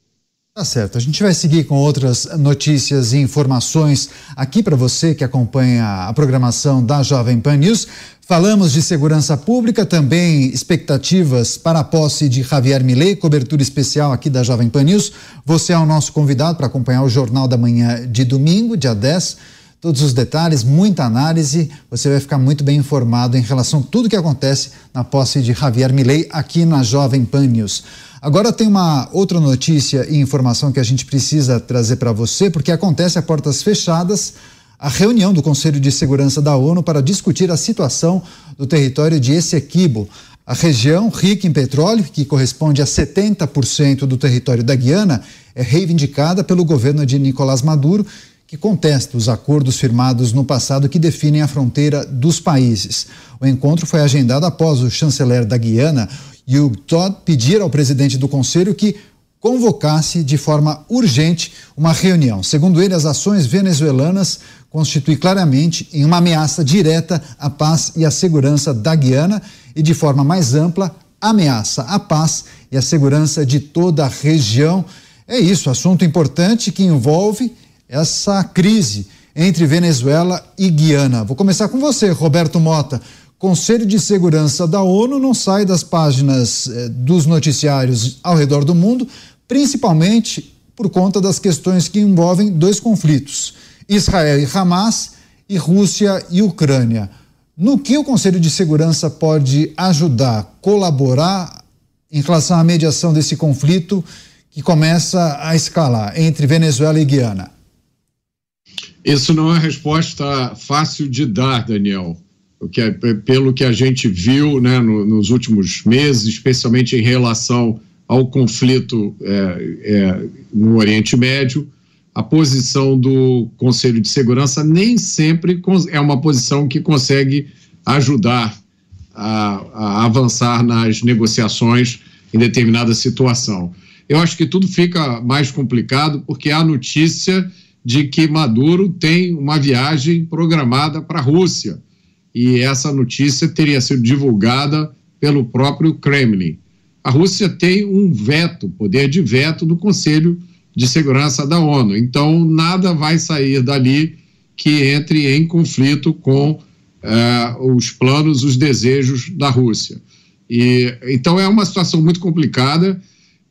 Tá certo, a gente vai seguir com outras notícias e informações aqui para você que acompanha a programação da Jovem Pan News. Falamos de segurança pública, também expectativas para a posse de Javier Milei, cobertura especial aqui da Jovem Pan News. Você é o nosso convidado para acompanhar o Jornal da Manhã de domingo, dia 10. Todos os detalhes, muita análise, você vai ficar muito bem informado em relação a tudo que acontece na posse de Javier Milei aqui na Jovem Pan News. Agora tem uma outra notícia e informação que a gente precisa trazer para você, porque acontece a portas fechadas a reunião do Conselho de Segurança da ONU para discutir a situação do território de Essequibo. A região rica em petróleo, que corresponde a 70% do território da Guiana, é reivindicada pelo governo de Nicolás Maduro, que contesta os acordos firmados no passado que definem a fronteira dos países. O encontro foi agendado após o chanceler da Guiana, Hugh Todd, pedir ao presidente do Conselho que convocasse de forma urgente uma reunião. Segundo ele, as ações venezuelanas constituem claramente em uma ameaça direta à paz e à segurança da Guiana e, de forma mais ampla, ameaça à paz e à segurança de toda a região. É isso, assunto importante que envolve essa crise entre Venezuela e Guiana. Vou começar com você, Roberto Mota. Conselho de Segurança da ONU não sai das páginas dos noticiários ao redor do mundo, principalmente por conta das questões que envolvem dois conflitos, Israel e Hamas e Rússia e Ucrânia. No que o Conselho de Segurança pode ajudar, colaborar em relação à mediação desse conflito que começa a escalar entre Venezuela e Guiana? Isso não é uma resposta fácil de dar, Daniel. Pelo que a gente viu, né, nos últimos meses, especialmente em relação ao conflito no Oriente Médio, a posição do Conselho de Segurança nem sempre é uma posição que consegue ajudar a avançar nas negociações em determinada situação. Eu acho que tudo fica mais complicado porque há notícia de que Maduro tem uma viagem programada para a Rússia, e essa notícia teria sido divulgada pelo próprio Kremlin. A Rússia tem um veto, poder de veto do Conselho de Segurança da ONU, então nada vai sair dali que entre em conflito com os planos, os desejos da Rússia. Então é uma situação muito complicada,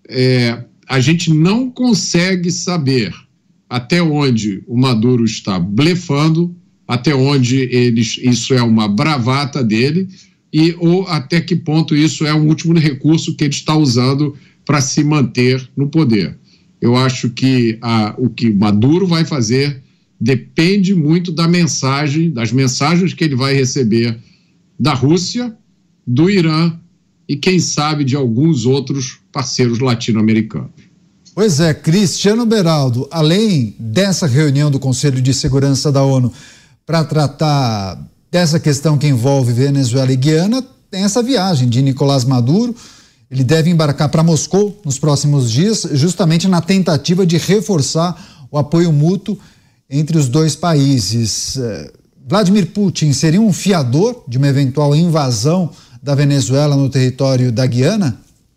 a gente não consegue saber até onde o Maduro está blefando, até onde isso é uma bravata dele, ou até que ponto isso é um último recurso que ele está usando para se manter no poder. Eu acho que o que Maduro vai fazer depende muito das mensagens que ele vai receber da Rússia, do Irã e, quem sabe, de alguns outros parceiros latino-americanos. Pois é, Cristiano Beraldo, além dessa reunião do Conselho de Segurança da ONU para tratar dessa questão que envolve Venezuela e Guiana, tem essa viagem de Nicolás Maduro. Ele deve embarcar para Moscou nos próximos dias, justamente na tentativa de reforçar o apoio mútuo entre os dois países. Vladimir Putin seria um fiador de uma eventual invasão da Venezuela no território da Guiana?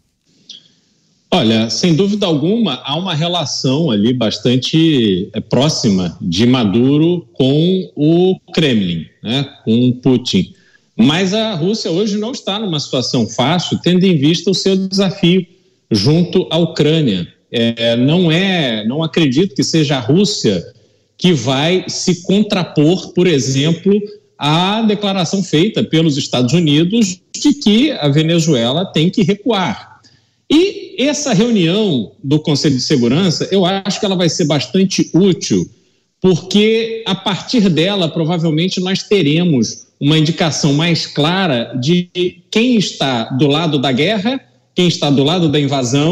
Olha, sem dúvida alguma, há uma relação ali bastante próxima de Maduro com o Kremlin, né, com Putin. Mas a Rússia hoje não está numa situação fácil, tendo em vista o seu desafio junto à Ucrânia. Não acredito que seja a Rússia que vai se contrapor, por exemplo, à declaração feita pelos Estados Unidos de que a Venezuela tem que recuar. E essa reunião do Conselho de Segurança, eu acho que ela vai ser bastante útil, porque a partir dela, provavelmente, nós teremos uma indicação mais clara de quem está do lado da guerra, quem está do lado da invasão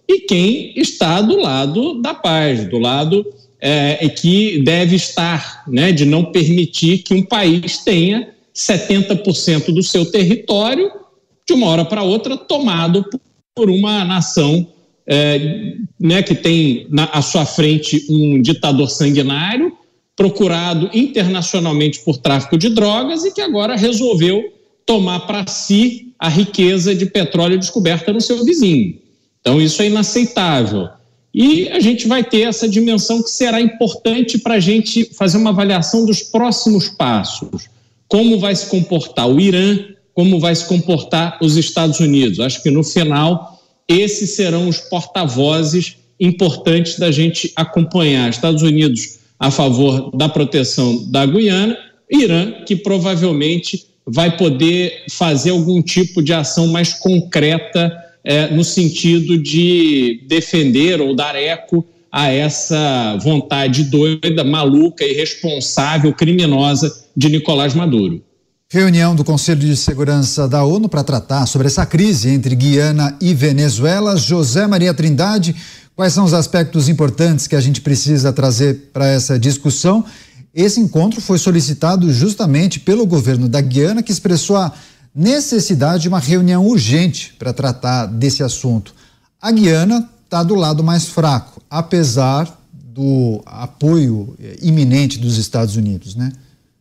e quem está do lado da paz, do lado que deve estar, né, de não permitir que um país tenha 70% do seu território, de uma hora para outra, tomado por uma nação né, que tem à sua frente um ditador sanguinário, procurado internacionalmente por tráfico de drogas e que agora resolveu tomar para si a riqueza de petróleo descoberta no seu vizinho. Então isso é inaceitável. E a gente vai ter essa dimensão que será importante para a gente fazer uma avaliação dos próximos passos. Como vai se comportar o Irã, como vai se comportar os Estados Unidos. Acho que no final esses serão os porta-vozes importantes da gente acompanhar. Estados Unidos a favor da proteção da Guiana, Irã que provavelmente vai poder fazer algum tipo de ação mais concreta no sentido de defender ou dar eco a essa vontade doida, maluca, irresponsável, criminosa de Nicolás Maduro. Reunião do Conselho de Segurança da ONU para tratar sobre essa crise entre Guiana e Venezuela. José Maria Trindade, quais são os aspectos importantes que a gente precisa trazer para essa discussão? Esse encontro foi solicitado justamente pelo governo da Guiana, que expressou a necessidade de uma reunião urgente para tratar desse assunto. A Guiana está do lado mais fraco, apesar do apoio iminente dos Estados Unidos, né?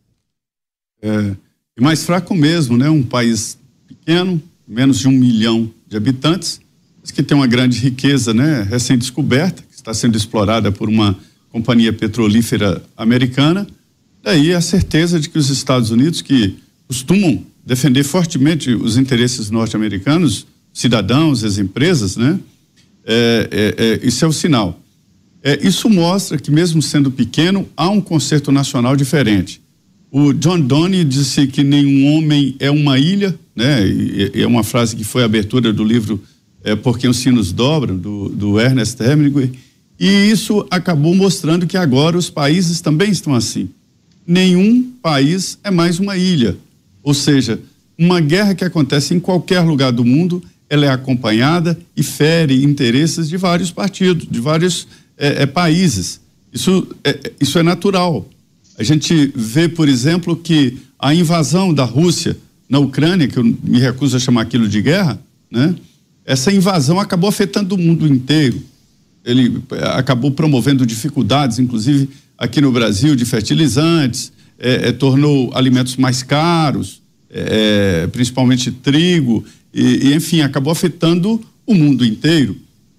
E mais fraco mesmo, né? Um país pequeno, menos de 1 milhão de habitantes, mas que tem uma grande riqueza, né? Recém-descoberta, que está sendo explorada por uma companhia petrolífera americana. Daí a certeza de que os Estados Unidos, que costumam defender fortemente os interesses norte-americanos, cidadãos, as empresas, né? Isso é o sinal. Isso mostra que, mesmo sendo pequeno, há um concerto nacional diferente. O John Donne disse que nenhum homem é uma ilha, né? E é uma frase que foi a abertura do livro Por que os Sinos Dobram, do Ernest Hemingway, e isso acabou mostrando que agora os países também estão assim. Nenhum país é mais uma ilha. Ou seja, uma guerra que acontece em qualquer lugar do mundo, ela é acompanhada e fere interesses de vários partidos, de vários países. Isso é natural. A gente vê, por exemplo, que a invasão da Rússia na Ucrânia, que eu me recuso a chamar aquilo de guerra, né? Essa invasão acabou afetando o mundo inteiro. Ele acabou promovendo dificuldades, inclusive aqui no Brasil, de fertilizantes, tornou alimentos mais caros, principalmente trigo, e enfim, acabou afetando o mundo inteiro.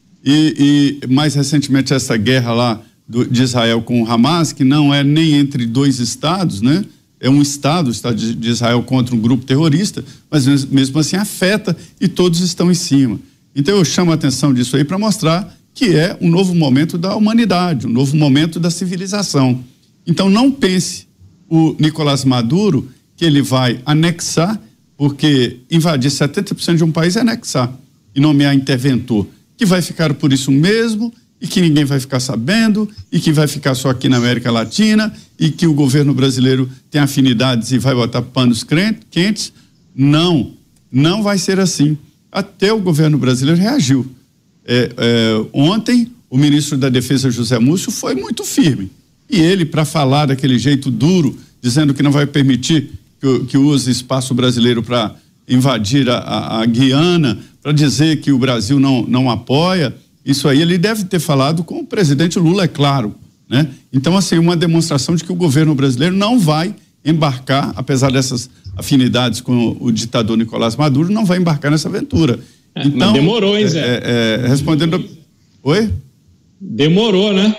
E mais recentemente essa guerra lá de Israel com o Hamas, que não é nem entre dois estados, né? É um estado, o Estado de Israel contra um grupo terrorista, mas mesmo assim afeta e todos estão em cima. Então eu chamo a atenção disso aí para mostrar que é um novo momento da humanidade, um novo momento da civilização. Então não pense o Nicolás Maduro que ele vai anexar, porque invadir 70% de um país é anexar e nomear interventor, que vai ficar por isso mesmo e que ninguém vai ficar sabendo e que vai ficar só aqui na América Latina e que o governo brasileiro tem afinidades e vai botar panos quentes. Não vai ser assim. Até o governo brasileiro reagiu. Ontem, o ministro da Defesa, José Múcio, foi muito firme. E ele, para falar daquele jeito duro, dizendo que não vai permitir que use espaço brasileiro para invadir a Guiana, para dizer que o Brasil não apoia, isso aí ele deve ter falado com o presidente Lula, é claro, né? Então, assim, uma demonstração de que o governo brasileiro não vai embarcar, apesar dessas afinidades com o ditador Nicolás Maduro, não vai embarcar nessa aventura. Então, mas demorou, hein, Zé? Respondendo... Oi? Demorou, né?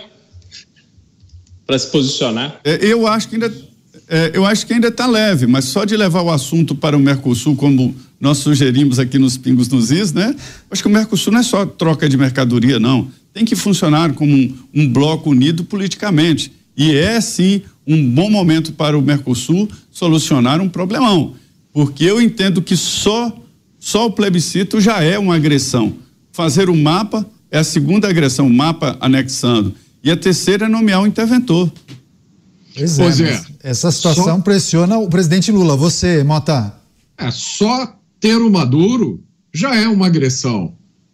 Para se posicionar. Eu acho que ainda está leve, mas só de levar o assunto para o Mercosul, como nós sugerimos aqui nos Pingos nos Is, né? Acho que o Mercosul não é só troca de mercadoria, não. Tem que funcionar como um bloco unido politicamente. E é, sim, um bom momento para o Mercosul solucionar um problemão. Porque eu entendo que só o plebiscito já é uma agressão. Fazer o mapa é a segunda agressão, o mapa anexando. E a terceira é nomear um interventor. Pois é, essa situação pressiona o presidente Lula. Você, Mota? Só ter o Maduro já é uma agressão.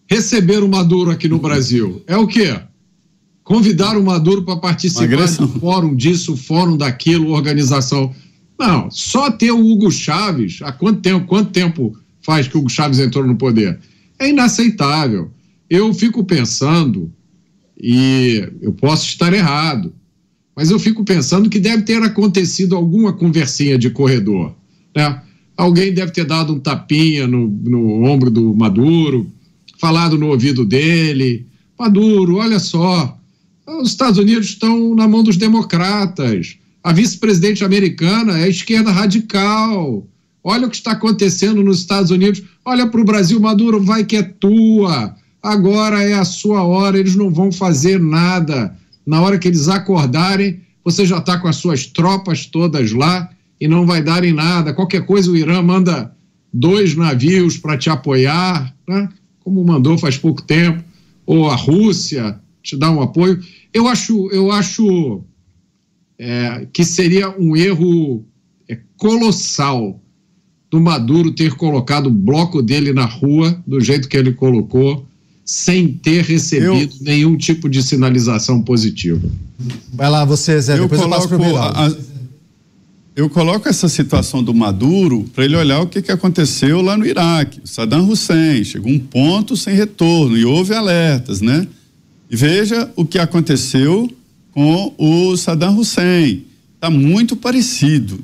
receber o Maduro aqui no Brasil? É o quê? Convidar o Maduro para participar do fórum disso, fórum daquilo, organização. Não, só ter o Hugo Chávez, há quanto tempo faz que o Hugo Chávez entrou no poder? É inaceitável. Eu fico pensando, e eu posso estar errado, mas eu fico pensando que deve ter acontecido alguma conversinha de corredor, né? Alguém deve ter dado um tapinha no ombro do Maduro, falado no ouvido dele: Maduro, olha só, os Estados Unidos estão na mão dos democratas, a vice-presidente americana é a esquerda radical, olha o que está acontecendo nos Estados Unidos, olha para o Brasil, Maduro, vai que é tua, agora é a sua hora, eles não vão fazer nada, na hora que eles acordarem, você já está com as suas tropas todas lá e não vai dar em nada, qualquer coisa o Irã manda 2 navios para te apoiar, né? Como mandou faz pouco tempo, ou a Rússia te dá um apoio. Eu acho que seria um erro colossal do Maduro ter colocado o bloco dele na rua, do jeito que ele colocou, sem ter recebido nenhum tipo de sinalização positiva. Vai lá você, Zé, depois eu passo pro Beraldo. Eu coloco essa situação do Maduro para ele olhar o que aconteceu lá no Iraque. Saddam Hussein chegou um ponto sem retorno e houve alertas, né? E veja o que aconteceu com o Saddam Hussein. Está muito parecido,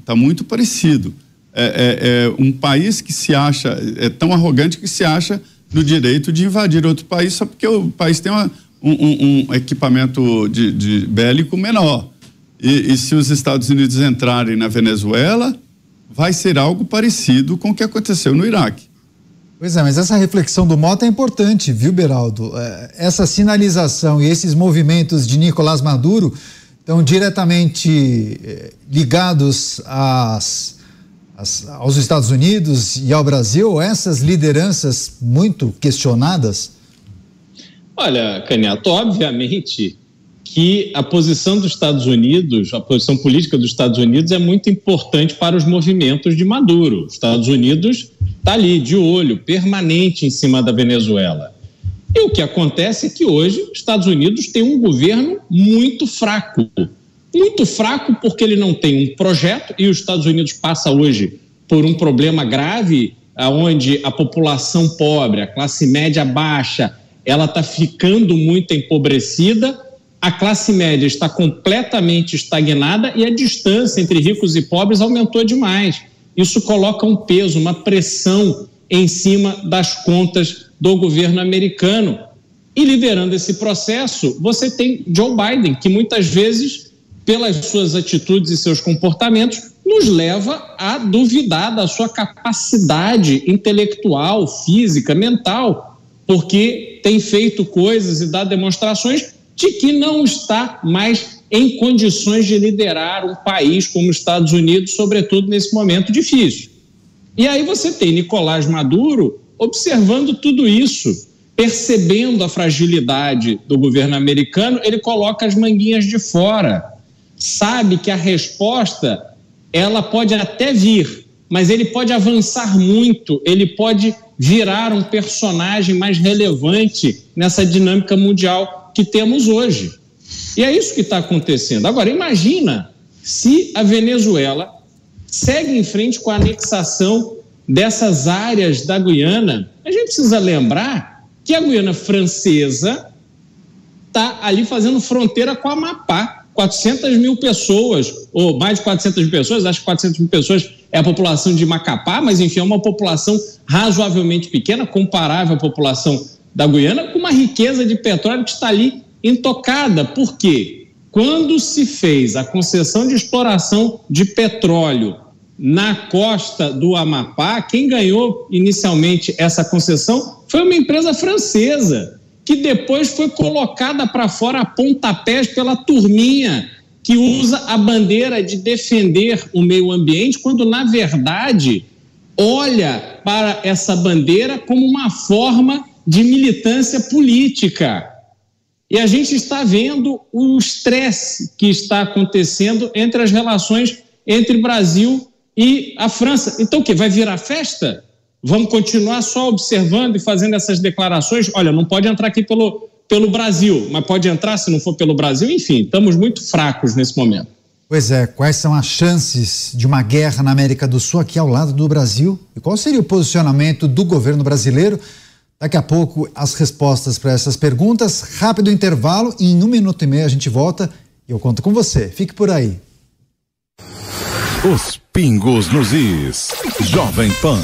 É um país que se acha, é tão arrogante que se acha no direito de invadir outro país só porque o país tem um equipamento de bélico menor. E se os Estados Unidos entrarem na Venezuela, vai ser algo parecido com o que aconteceu no Iraque. Pois é, mas essa reflexão do Mota é importante, viu, Beraldo? Essa sinalização e esses movimentos de Nicolás Maduro estão diretamente ligados aos Estados Unidos e ao Brasil, essas lideranças muito questionadas? Olha, Canhato, obviamente que a posição dos Estados Unidos, a posição política dos Estados Unidos é muito importante para os movimentos de Maduro. Os Estados Unidos está ali, de olho, permanente em cima da Venezuela. E o que acontece é que hoje os Estados Unidos têm um governo muito fraco porque ele não tem um projeto, e os Estados Unidos passa hoje por um problema grave, onde a população pobre, a classe média baixa, ela está ficando muito empobrecida, a classe média está completamente estagnada e a distância entre ricos e pobres aumentou demais. Isso coloca um peso, uma pressão em cima das contas do governo americano. E liderando esse processo, você tem Joe Biden, que muitas vezes, pelas suas atitudes e seus comportamentos, nos leva a duvidar da sua capacidade intelectual, física, mental, porque tem feito coisas e dado demonstrações de que não está mais em condições de liderar um país como os Estados Unidos, sobretudo nesse momento difícil. E aí você tem Nicolás Maduro observando tudo isso, percebendo a fragilidade do governo americano, ele coloca as manguinhas de fora, sabe que a resposta, ela pode até vir, mas ele pode avançar muito, ele pode virar um personagem mais relevante nessa dinâmica mundial que temos hoje. E é isso que está acontecendo. Agora, imagina se a Venezuela segue em frente com a anexação dessas áreas da Guiana. A gente precisa lembrar que a Guiana Francesa está ali fazendo fronteira com a Amapá. 400 mil pessoas, ou mais de 400 mil pessoas, acho que 400 mil pessoas é a população de Macapá, mas enfim, é uma população razoavelmente pequena, comparável à população da Guiana, com uma riqueza de petróleo que está ali intocada. Por quê? Quando se fez a concessão de exploração de petróleo na costa do Amapá, quem ganhou inicialmente essa concessão foi uma empresa francesa, que depois foi colocada para fora a pontapés pela turminha que usa a bandeira de defender o meio ambiente, quando, na verdade, olha para essa bandeira como uma forma de militância política. E a gente está vendo o estresse que está acontecendo entre as relações entre Brasil e a França. Então o quê? Vai virar festa? Vamos continuar só observando e fazendo essas declarações? Olha, não pode entrar aqui pelo Brasil, mas pode entrar se não for pelo Brasil. Enfim, estamos muito fracos nesse momento. Pois é, quais são as chances de uma guerra na América do Sul aqui ao lado do Brasil? E qual seria o posicionamento do governo brasileiro? Daqui a pouco as respostas para essas perguntas. Rápido intervalo e em 1 minuto e meio a gente volta e eu conto com você. Fique por aí. Os pingos nos is. Jovem Pan.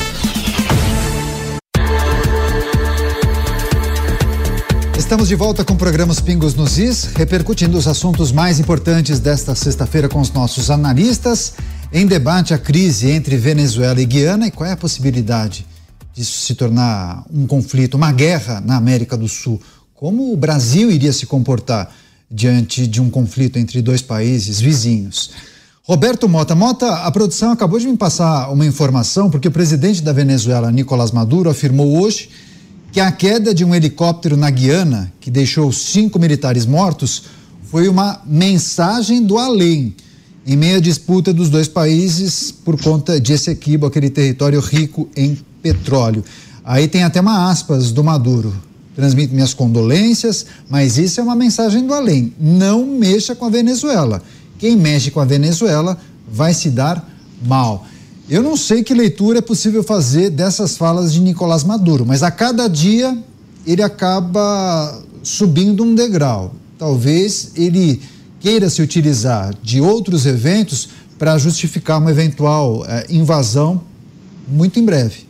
Estamos de volta com o programa Os Pingos nos Is, repercutindo os assuntos mais importantes desta sexta-feira com os nossos analistas. Em debate, a crise entre Venezuela e Guiana e qual é a possibilidade disso se tornar um conflito, uma guerra na América do Sul. Como o Brasil iria se comportar diante de um conflito entre dois países vizinhos? Roberto Mota, a produção acabou de me passar uma informação porque o presidente da Venezuela, Nicolás Maduro, afirmou hoje que a queda de um helicóptero na Guiana, que deixou 5 militares mortos, foi uma mensagem do além, em meio à disputa dos dois países por conta de Essequibo, aquele território rico em petróleo. Aí tem até uma aspas do Maduro: transmito minhas condolências, mas isso é uma mensagem do além. Não mexa com a Venezuela. Quem mexe com a Venezuela vai se dar mal. Eu não sei que leitura é possível fazer dessas falas de Nicolás Maduro, mas a cada dia ele acaba subindo um degrau. Talvez ele queira se utilizar de outros eventos para justificar uma eventual invasão muito em breve.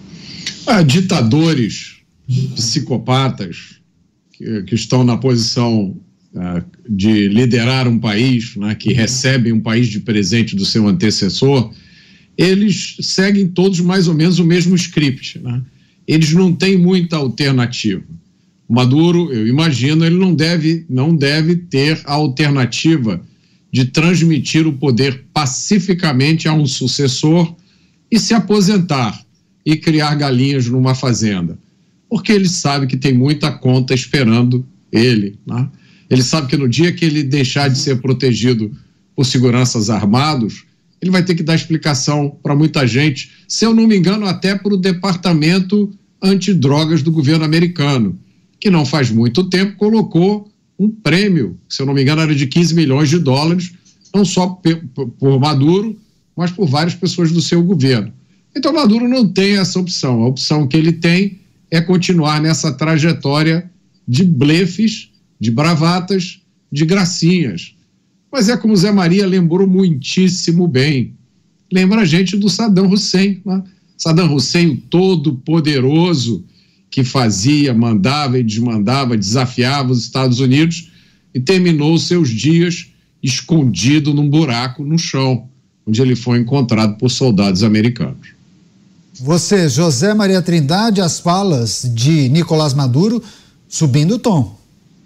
Ditadores, psicopatas que estão na posição de liderar um país, né, que recebem um país de presente do seu antecessor, eles seguem todos mais ou menos o mesmo script, né? Eles não têm muita alternativa. O Maduro, eu imagino, ele não deve ter a alternativa de transmitir o poder pacificamente a um sucessor e se aposentar e criar galinhas numa fazenda, porque ele sabe que tem muita conta esperando ele, né? Ele sabe que no dia que ele deixar de ser protegido por seguranças armados, ele vai ter que dar explicação para muita gente, se eu não me engano, até para o departamento antidrogas do governo americano, que não faz muito tempo colocou um prêmio, se eu não me engano era de 15 milhões de dólares, não só por Maduro, mas por várias pessoas do seu governo. Então Maduro não tem essa opção. A opção que ele tem é continuar nessa trajetória de blefes, de bravatas, de gracinhas. Mas é como o Zé Maria lembrou muitíssimo bem. Lembra a gente do Saddam Hussein, né? Saddam Hussein, o todo-poderoso, que fazia, mandava e desmandava, desafiava os Estados Unidos e terminou seus dias escondido num buraco no chão, onde ele foi encontrado por soldados americanos. Você, José Maria Trindade, as falas de Nicolás Maduro subindo o tom.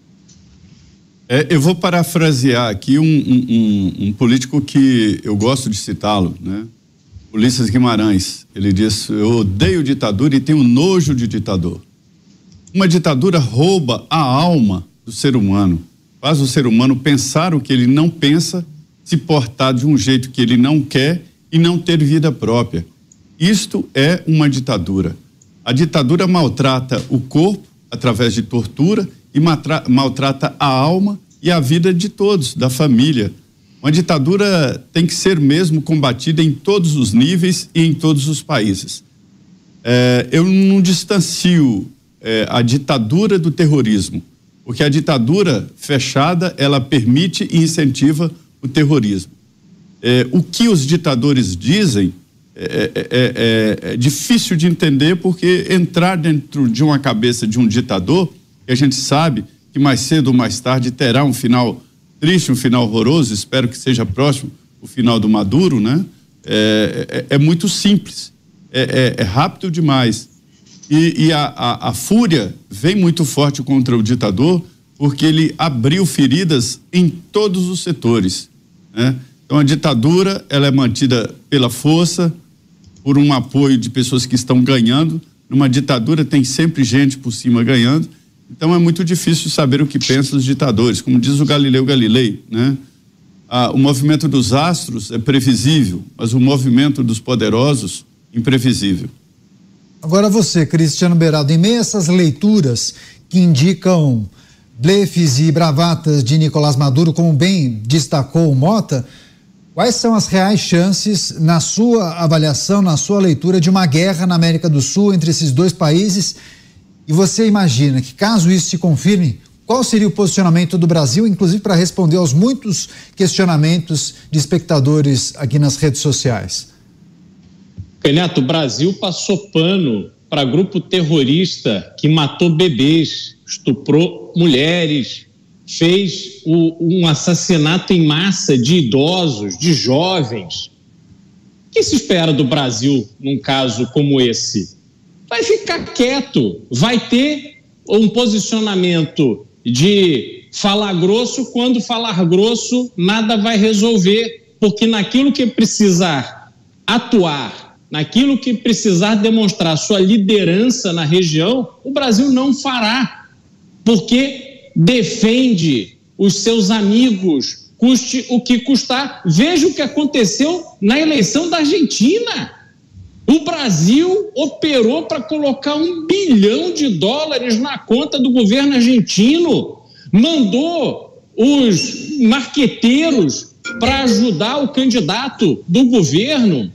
Eu vou parafrasear aqui um político que eu gosto de citá-lo, né? Ulisses Guimarães. Ele diz: eu odeio ditadura e tenho nojo de ditador. Uma ditadura rouba a alma do ser humano, faz o ser humano pensar o que ele não pensa, se portar de um jeito que ele não quer e não ter vida própria. Isto é uma ditadura. A ditadura maltrata o corpo através de tortura e maltrata a alma e a vida de todos, da família. Uma ditadura tem que ser mesmo combatida em todos os níveis e em todos os países. Eu não distancio a ditadura do terrorismo, porque a ditadura fechada, ela permite e incentiva o terrorismo. O que os ditadores dizem é difícil de entender, porque entrar dentro de uma cabeça de um ditador, que a gente sabe que mais cedo ou mais tarde terá um final triste, um final horroroso, espero que seja próximo o final do Maduro, né? É muito simples, é rápido demais. E a fúria vem muito forte contra o ditador, porque ele abriu feridas em todos os setores, né? Então a ditadura, ela é mantida pela força, por um apoio de pessoas que estão ganhando. Numa ditadura tem sempre gente por cima ganhando. Então é muito difícil saber o que pensam os ditadores. Como diz o Galileu Galilei, né? O movimento dos astros é previsível, mas o movimento dos poderosos, imprevisível. Agora você, Cristiano Beraldo, em meio a essas leituras que indicam blefes e bravatas de Nicolás Maduro, como bem destacou o Mota, quais são as reais chances, na sua avaliação, na sua leitura, de uma guerra na América do Sul entre esses dois países? E você imagina que, caso isso se confirme, qual seria o posicionamento do Brasil, inclusive para responder aos muitos questionamentos de espectadores aqui nas redes sociais? Canhato, o Brasil passou pano para grupo terrorista que matou bebês, estuprou mulheres, fez um assassinato em massa de idosos, de jovens. O que se espera do Brasil num caso como esse? Vai ficar quieto, vai ter um posicionamento de falar grosso, quando falar grosso nada vai resolver, porque naquilo que precisar atuar, naquilo que precisar demonstrar sua liderança na região, o Brasil não fará, porque defende os seus amigos, custe o que custar. Veja o que aconteceu na eleição da Argentina. O Brasil operou para colocar $1 bilhão na conta do governo argentino, mandou os marqueteiros para ajudar o candidato do governo.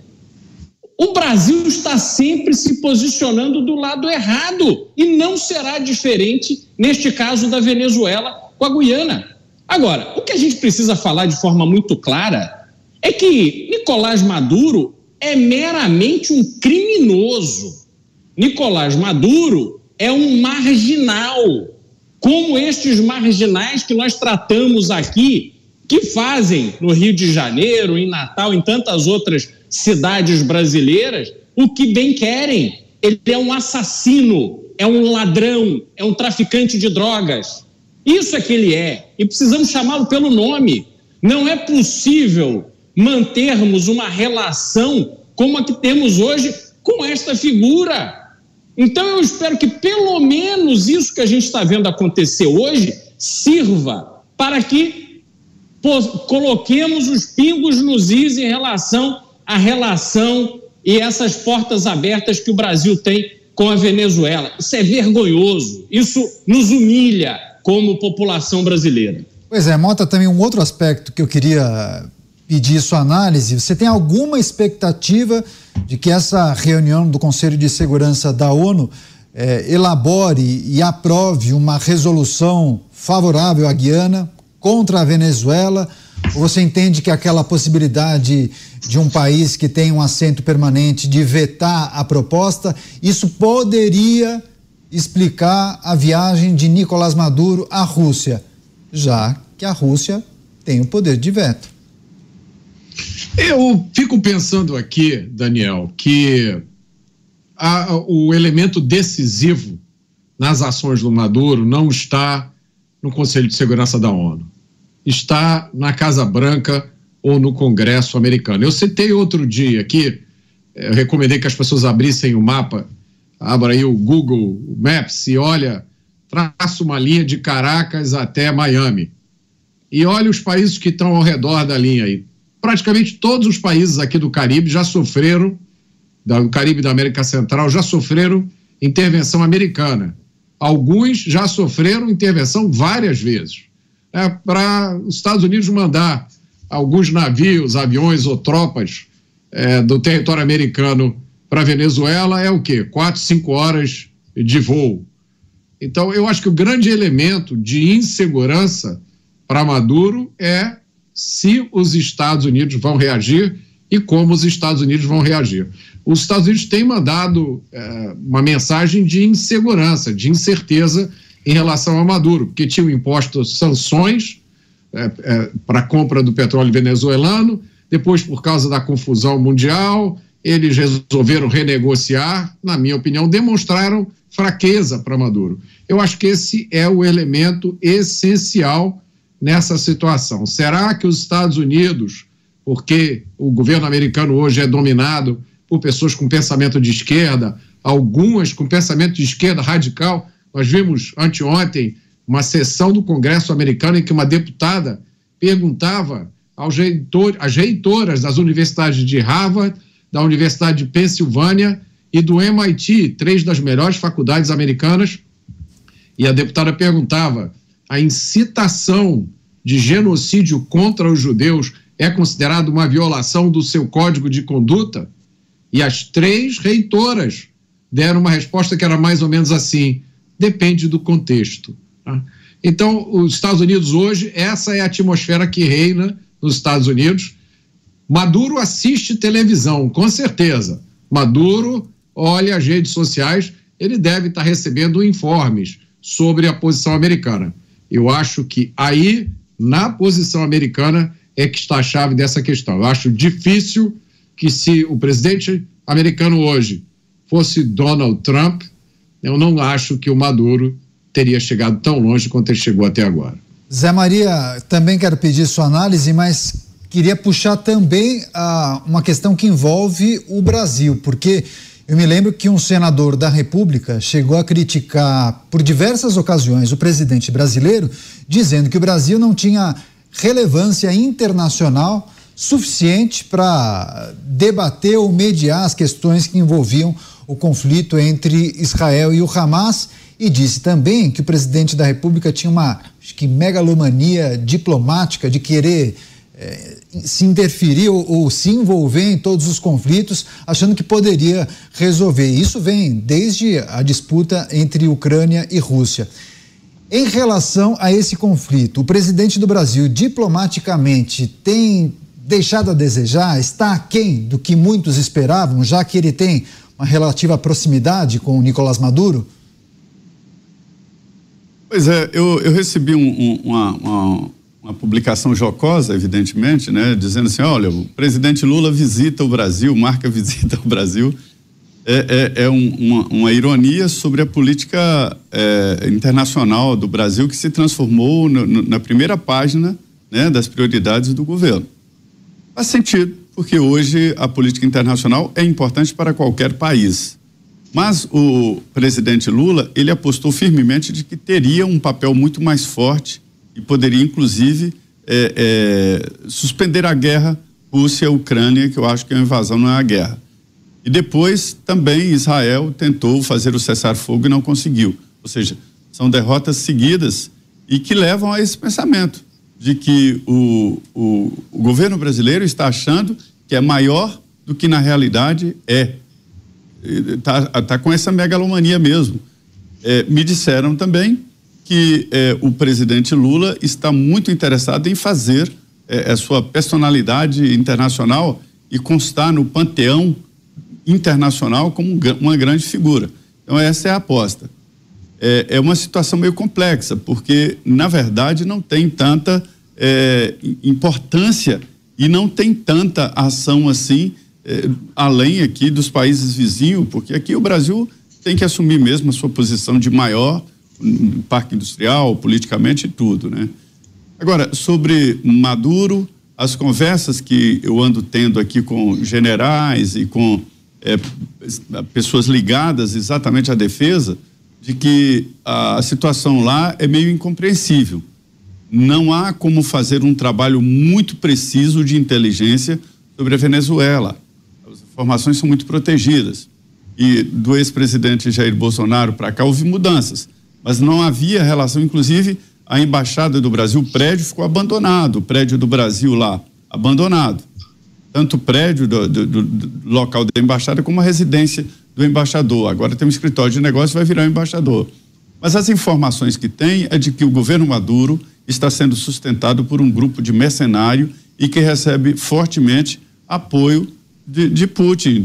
O Brasil está sempre se posicionando do lado errado e não será diferente neste caso da Venezuela com a Guiana. Agora, o que a gente precisa falar de forma muito clara é que Nicolás Maduro é meramente um criminoso. Nicolás Maduro é um marginal, como estes marginais que nós tratamos aqui, que fazem no Rio de Janeiro, em Natal, em tantas outras cidades brasileiras, o que bem querem. Ele é um assassino, é um ladrão, é um traficante de drogas. Isso é que ele é, e precisamos chamá-lo pelo nome. Não é possível mantermos uma relação como a que temos hoje com esta figura. Então eu espero que pelo menos isso que a gente está vendo acontecer hoje sirva para que coloquemos os pingos nos is em relação à relação e essas portas abertas que o Brasil tem com a Venezuela. Isso é vergonhoso, isso nos humilha como população brasileira. Pois é, Mota, também um outro aspecto que eu queria pedir sua análise. Você tem alguma expectativa de que essa reunião do Conselho de Segurança da ONU elabore e aprove uma resolução favorável à Guiana contra a Venezuela? Ou você entende que aquela possibilidade de um país que tem um assento permanente de vetar a proposta, isso poderia explicar a viagem de Nicolás Maduro à Rússia, já que a Rússia tem o poder de veto? Eu fico pensando aqui, Daniel, que o elemento decisivo nas ações do Maduro não está no Conselho de Segurança da ONU, está na Casa Branca ou no Congresso americano. Eu citei outro dia aqui, eu recomendei que as pessoas abrissem o mapa, abra aí o Google Maps e olha, traça uma linha de Caracas até Miami e olha os países que estão ao redor da linha aí. Praticamente todos os países aqui do Caribe já sofreram, do Caribe e da América Central, já sofreram intervenção americana. Alguns já sofreram intervenção várias vezes. Para os Estados Unidos mandar alguns navios, aviões ou tropas do território americano para a Venezuela é o quê? 4, 5 horas de voo. Então, eu acho que o grande elemento de insegurança para Maduro é se os Estados Unidos vão reagir e como os Estados Unidos vão reagir. Os Estados Unidos têm mandado uma mensagem de insegurança, de incerteza em relação a Maduro, porque tinham imposto sanções para a compra do petróleo venezuelano, depois, por causa da confusão mundial, eles resolveram renegociar, na minha opinião, demonstraram fraqueza para Maduro. Eu acho que esse é o elemento essencial nessa situação. Será que os Estados Unidos, porque o governo americano hoje é dominado por pessoas com pensamento de esquerda, algumas com pensamento de esquerda radical, nós vimos anteontem uma sessão do Congresso americano em que uma deputada perguntava às reitoras das universidades de Harvard, da Universidade de Pensilvânia e do MIT, 3 das melhores faculdades americanas, e a deputada perguntava: a incitação de genocídio contra os judeus é considerada uma violação do seu código de conduta? E as 3 reitoras deram uma resposta que era mais ou menos assim: depende do contexto. Tá? Então, os Estados Unidos hoje, essa é a atmosfera que reina nos Estados Unidos. Maduro assiste televisão, com certeza. Maduro olha as redes sociais, ele deve estar recebendo informes sobre a posição americana. Eu acho que aí, na posição americana, é que está a chave dessa questão. Eu acho difícil que, se o presidente americano hoje fosse Donald Trump, eu não acho que o Maduro teria chegado tão longe quanto ele chegou até agora. Zé Maria, também quero pedir sua análise, mas queria puxar também uma questão que envolve o Brasil, porque eu me lembro que um senador da República chegou a criticar por diversas ocasiões o presidente brasileiro, dizendo que o Brasil não tinha relevância internacional suficiente para debater ou mediar as questões que envolviam o conflito entre Israel e o Hamas, e disse também que o presidente da República tinha uma, acho que, megalomania diplomática de querer se interferir ou se envolver em todos os conflitos, achando que poderia resolver. Isso vem desde a disputa entre Ucrânia e Rússia. Em relação a esse conflito, o presidente do Brasil, diplomaticamente, tem deixado a desejar? Está aquém do que muitos esperavam, já que ele tem uma relativa proximidade com o Nicolás Maduro? Pois é, eu recebi uma publicação jocosa, evidentemente, né, dizendo assim: olha, o presidente Lula visita o Brasil, marca visita ao Brasil. Uma ironia sobre a política internacional do Brasil, que se transformou na primeira página, né, das prioridades do governo. Faz sentido, porque hoje a política internacional é importante para qualquer país. Mas o presidente Lula, ele apostou firmemente de que teria um papel muito mais forte e poderia, inclusive, suspender a guerra Rússia-Ucrânia, que eu acho que é uma invasão, não é a guerra. E depois também Israel tentou fazer o cessar-fogo e não conseguiu. Ou seja, são derrotas seguidas e que levam a esse pensamento de que o governo brasileiro está achando que é maior do que na realidade é. Tá com essa megalomania mesmo. Me disseram também que o presidente Lula está muito interessado em fazer a sua personalidade internacional e constar no panteão internacional como uma grande figura. Então essa é a aposta. É uma situação meio complexa, porque na verdade não tem tanta importância e não tem tanta ação assim, além aqui dos países vizinhos, porque aqui o Brasil tem que assumir mesmo a sua posição de maior no parque industrial, politicamente e tudo, né? Agora, sobre Maduro, as conversas que eu ando tendo aqui com generais e com pessoas ligadas exatamente à defesa, de que a situação lá é meio incompreensível. Não há como fazer um trabalho muito preciso de inteligência sobre a Venezuela. As informações são muito protegidas. E do ex-presidente Jair Bolsonaro para cá houve mudanças, mas não havia relação. Inclusive, a embaixada do Brasil, o prédio ficou abandonado, o prédio do Brasil lá, abandonado. Tanto o prédio do local da embaixada como a residência do embaixador. Agora tem um escritório de negócio, vai virar um embaixador. Mas as informações que tem é de que o governo Maduro está sendo sustentado por um grupo de mercenário e que recebe fortemente apoio de Putin,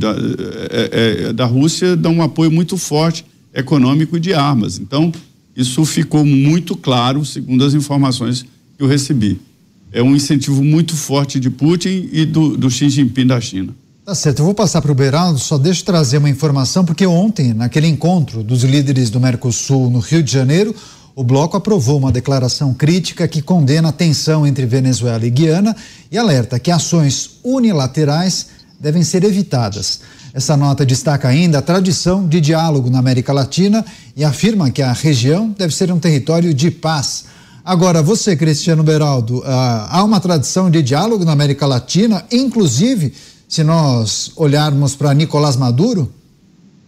da Rússia, dá um apoio muito forte econômico e de armas. Então, isso ficou muito claro, segundo as informações que eu recebi. É um incentivo muito forte de Putin e do Xi Jinping da China. Tá certo, eu vou passar para o Beraldo, só deixa eu trazer uma informação, porque ontem, naquele encontro dos líderes do Mercosul no Rio de Janeiro, o bloco aprovou uma declaração crítica que condena a tensão entre Venezuela e Guiana e alerta que ações unilaterais devem ser evitadas. Essa nota destaca ainda a tradição de diálogo na América Latina e afirma que a região deve ser um território de paz. Agora, você, Cristiano Beraldo, há uma tradição de diálogo na América Latina, inclusive se nós olharmos para Nicolás Maduro?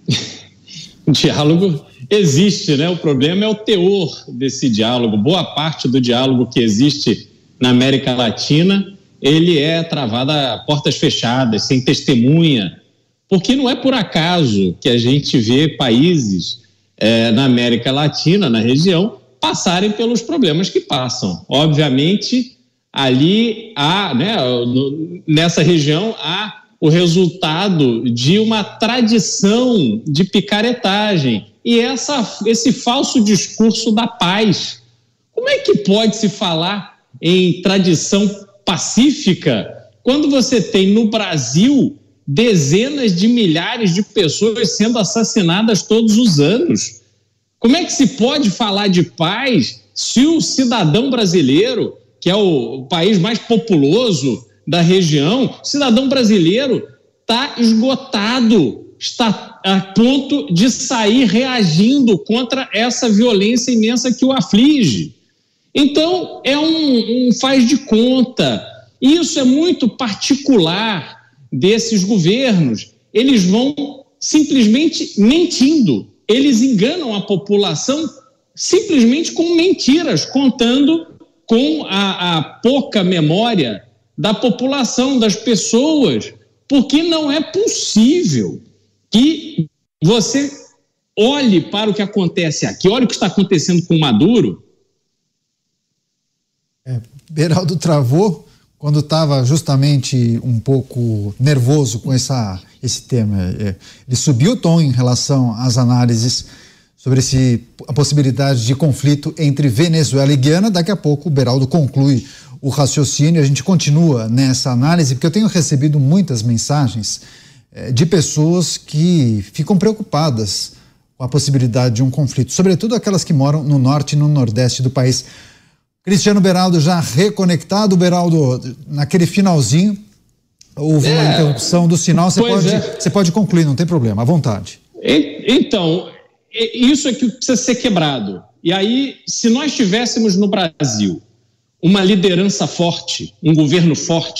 O diálogo existe, né? O problema é o teor desse diálogo. Boa parte do diálogo que existe na América Latina, ele é travado a portas fechadas, sem testemunha, porque não é por acaso que a gente vê países na América Latina, na região, passarem pelos problemas que passam. Obviamente, ali há, né, nessa região, há o resultado de uma tradição de picaretagem e esse falso discurso da paz. Como é que pode se falar em tradição pacífica quando você tem no Brasil dezenas de milhares de pessoas sendo assassinadas todos os anos? Como é que se pode falar de paz se o cidadão brasileiro, que é o país mais populoso da região, o cidadão brasileiro está esgotado, está a ponto de sair reagindo contra essa violência imensa que o aflige? Então, é um faz de conta. Isso é muito particular desses governos. Eles vão simplesmente mentindo. Eles enganam a população simplesmente com mentiras, contando com a pouca memória da população, das pessoas, porque não é possível que você olhe para o que acontece aqui, olhe o que está acontecendo com Maduro. Beraldo travou quando estava justamente um pouco nervoso com esse tema. Ele subiu o tom em relação às análises sobre a possibilidade de conflito entre Venezuela e Guiana. Daqui a pouco o Beraldo conclui o raciocínio. A gente continua nessa análise, porque eu tenho recebido muitas mensagens de pessoas que ficam preocupadas com a possibilidade de um conflito, sobretudo aquelas que moram no norte e no nordeste do país. Cristiano Beraldo já reconectado. Beraldo, naquele finalzinho houve uma interrupção do sinal, você pode concluir, não tem problema, à vontade. Então, isso é que precisa ser quebrado. E aí, se nós tivéssemos no Brasil uma liderança forte, um governo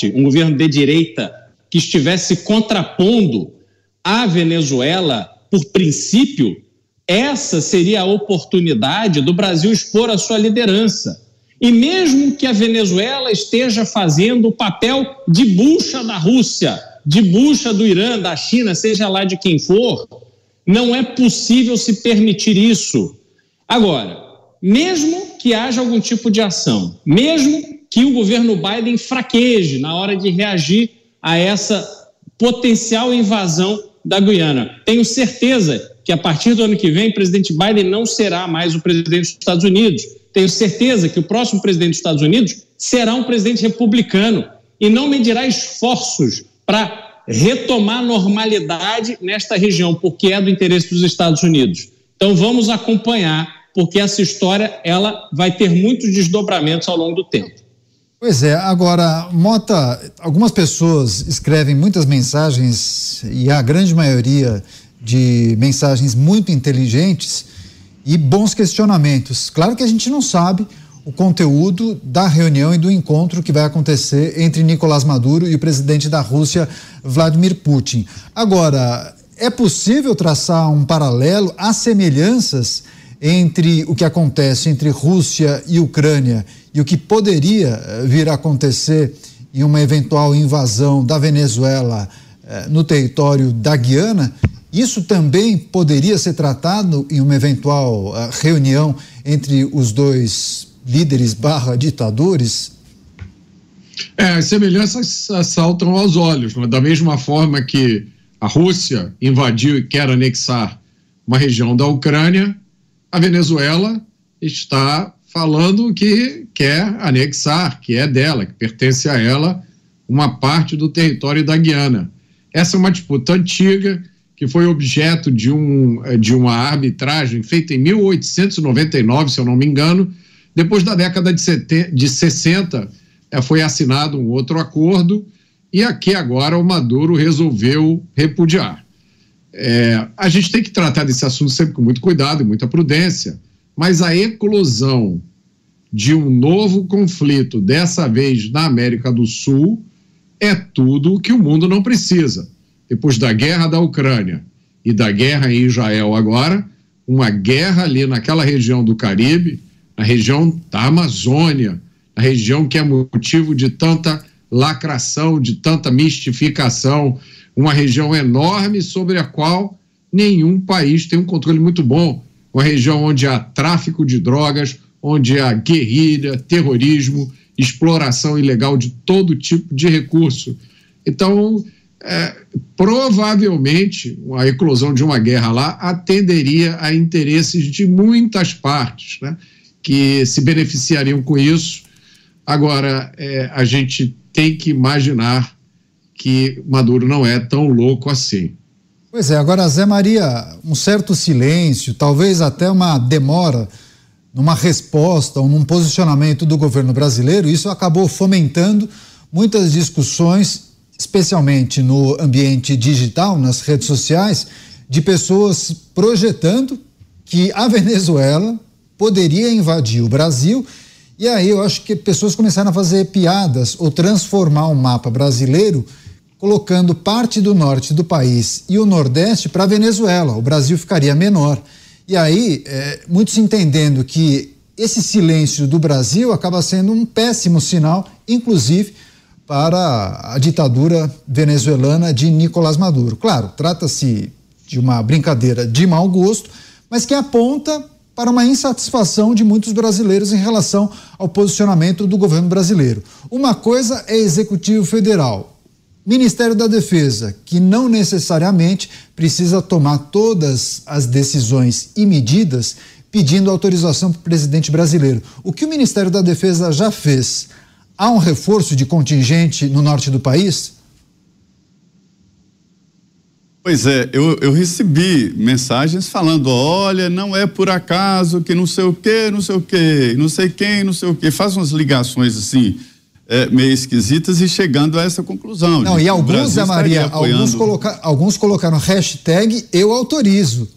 de direita, que estivesse contrapondo a Venezuela por princípio, essa seria a oportunidade do Brasil expor a sua liderança. E mesmo que a Venezuela esteja fazendo o papel de bucha da Rússia, de bucha do Irã, da China, seja lá de quem for, não é possível se permitir isso. Agora, mesmo que haja algum tipo de ação, mesmo que o governo Biden fraqueje na hora de reagir a essa potencial invasão da Guiana, tenho certeza que a partir do ano que vem o presidente Biden não será mais o presidente dos Estados Unidos. Tenho certeza que o próximo presidente dos Estados Unidos será um presidente republicano e não medirá esforços para retomar normalidade nesta região, porque é do interesse dos Estados Unidos. Então vamos acompanhar, porque essa história ela vai ter muitos desdobramentos ao longo do tempo. Pois é, agora, Mota, algumas pessoas escrevem muitas mensagens e a grande maioria de mensagens muito inteligentes e bons questionamentos. Claro que a gente não sabe o conteúdo da reunião e do encontro que vai acontecer entre Nicolás Maduro e o presidente da Rússia, Vladimir Putin. Agora, é possível traçar um paralelo, há semelhanças entre o que acontece entre Rússia e Ucrânia e o que poderia vir a acontecer em uma eventual invasão da Venezuela no território da Guiana? Isso também poderia ser tratado em uma eventual reunião entre os dois líderes / ditadores? As semelhanças saltam aos olhos, né? Da mesma forma que a Rússia invadiu e quer anexar uma região da Ucrânia, a Venezuela está falando que quer anexar, que é dela, que pertence a ela, uma parte do território da Guiana. Essa é uma disputa antiga, que foi objeto de uma arbitragem feita em 1899, se eu não me engano. Depois da década de 60, foi assinado um outro acordo, e aqui agora o Maduro resolveu repudiar. A gente tem que tratar desse assunto sempre com muito cuidado e muita prudência, mas a eclosão de um novo conflito, dessa vez na América do Sul, é tudo o que o mundo não precisa. Depois da guerra da Ucrânia e da guerra em Israel agora, uma guerra ali naquela região do Caribe, na região da Amazônia, a região que é motivo de tanta lacração, de tanta mistificação, uma região enorme sobre a qual nenhum país tem um controle muito bom, uma região onde há tráfico de drogas, onde há guerrilha, terrorismo, exploração ilegal de todo tipo de recurso. Então, provavelmente, a eclosão de uma guerra lá atenderia a interesses de muitas partes, né, que se beneficiariam com isso. Agora, a gente tem que imaginar que Maduro não é tão louco assim. Pois é, agora, Zé Maria, um certo silêncio, talvez até uma demora numa resposta ou num posicionamento do governo brasileiro, isso acabou fomentando muitas discussões, especialmente no ambiente digital, nas redes sociais, de pessoas projetando que a Venezuela poderia invadir o Brasil. E aí eu acho que pessoas começaram a fazer piadas ou transformar o mapa brasileiro, colocando parte do norte do país e o nordeste para a Venezuela. O Brasil ficaria menor. E aí, muitos entendendo que esse silêncio do Brasil acaba sendo um péssimo sinal, inclusive para a ditadura venezuelana de Nicolás Maduro. Claro, trata-se de uma brincadeira de mau gosto, mas que aponta para uma insatisfação de muitos brasileiros em relação ao posicionamento do governo brasileiro. Uma coisa é Executivo Federal, Ministério da Defesa, que não necessariamente precisa tomar todas as decisões e medidas pedindo autorização para o presidente brasileiro. O que o Ministério da Defesa já fez? Há um reforço de contingente no norte do país? Pois é, eu recebi mensagens falando, olha, não é por acaso que não sei o quê, não sei o quê, não sei quem, não sei o quê. Faz umas ligações assim, meio esquisitas e chegando a essa conclusão. Não, e alguns, Zé Maria, alguns colocaram hashtag eu autorizo.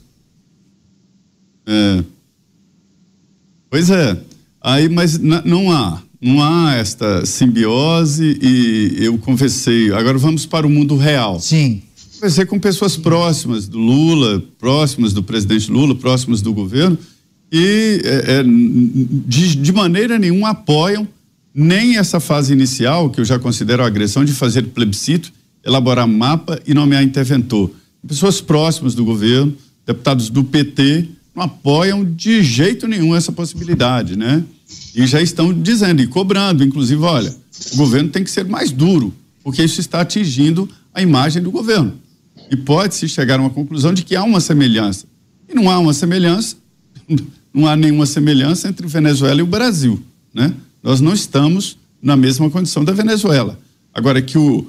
Pois é, aí, mas não há esta simbiose e eu conversei, agora vamos para o mundo real. Sim. Conversei com pessoas próximas do Lula, próximas do presidente Lula, próximas do governo e de maneira nenhuma apoiam nem essa fase inicial, que eu já considero agressão, de fazer plebiscito, elaborar mapa e nomear interventor. Pessoas próximas do governo, deputados do PT, não apoiam de jeito nenhum essa possibilidade, né? E já estão dizendo e cobrando, inclusive, olha, o governo tem que ser mais duro, porque isso está atingindo a imagem do governo. E pode-se chegar a uma conclusão de que há uma semelhança. E não há uma semelhança, não há nenhuma semelhança entre Venezuela e o Brasil, né? Nós não estamos na mesma condição da Venezuela. Agora que o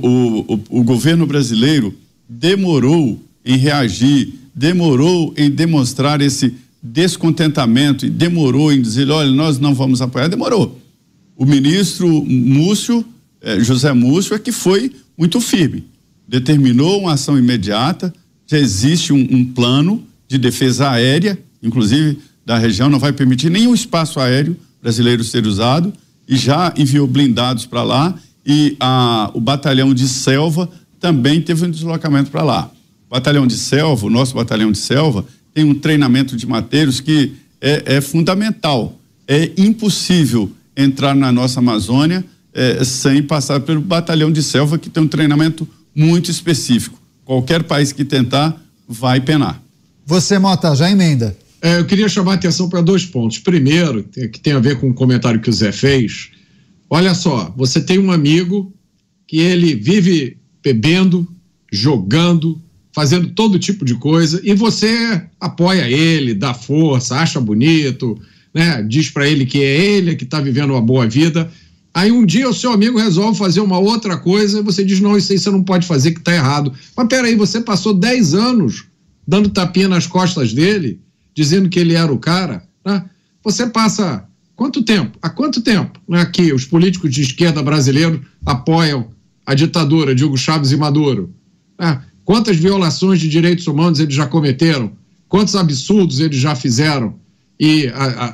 governo brasileiro demorou em reagir, demorou em demonstrar esse descontentamento e demorou em dizer, olha, nós não vamos apoiar, demorou. O ministro Múcio, José Múcio, é que foi muito firme. Determinou uma ação imediata, já existe um plano de defesa aérea, inclusive da região, não vai permitir nenhum espaço aéreo brasileiro ser usado, e já enviou blindados para lá, e o batalhão de selva também teve um deslocamento para lá. O batalhão de selva, o nosso batalhão de selva, tem um treinamento de mateiros que é fundamental. É impossível entrar na nossa Amazônia sem passar pelo batalhão de selva, que tem um treinamento muito específico. Qualquer país que tentar vai penar. Você, Mota, já emenda. Eu queria chamar a atenção para 2 pontos. Primeiro, que tem a ver com o comentário que o Zé fez. Olha só, você tem um amigo que ele vive bebendo, jogando, fazendo todo tipo de coisa, e você apoia ele, dá força, acha bonito, né? Diz para ele que é ele que está vivendo uma boa vida. Aí um dia o seu amigo resolve fazer uma outra coisa e você diz, não, isso aí você não pode fazer, que está errado. Mas peraí, você passou 10 anos dando tapinha nas costas dele, dizendo que ele era o cara, né? Você passa quanto tempo? Há quanto tempo, né, que os políticos de esquerda brasileiros apoiam a ditadura de Hugo Chávez e Maduro? Né? Quantas violações de direitos humanos eles já cometeram? Quantos absurdos eles já fizeram? E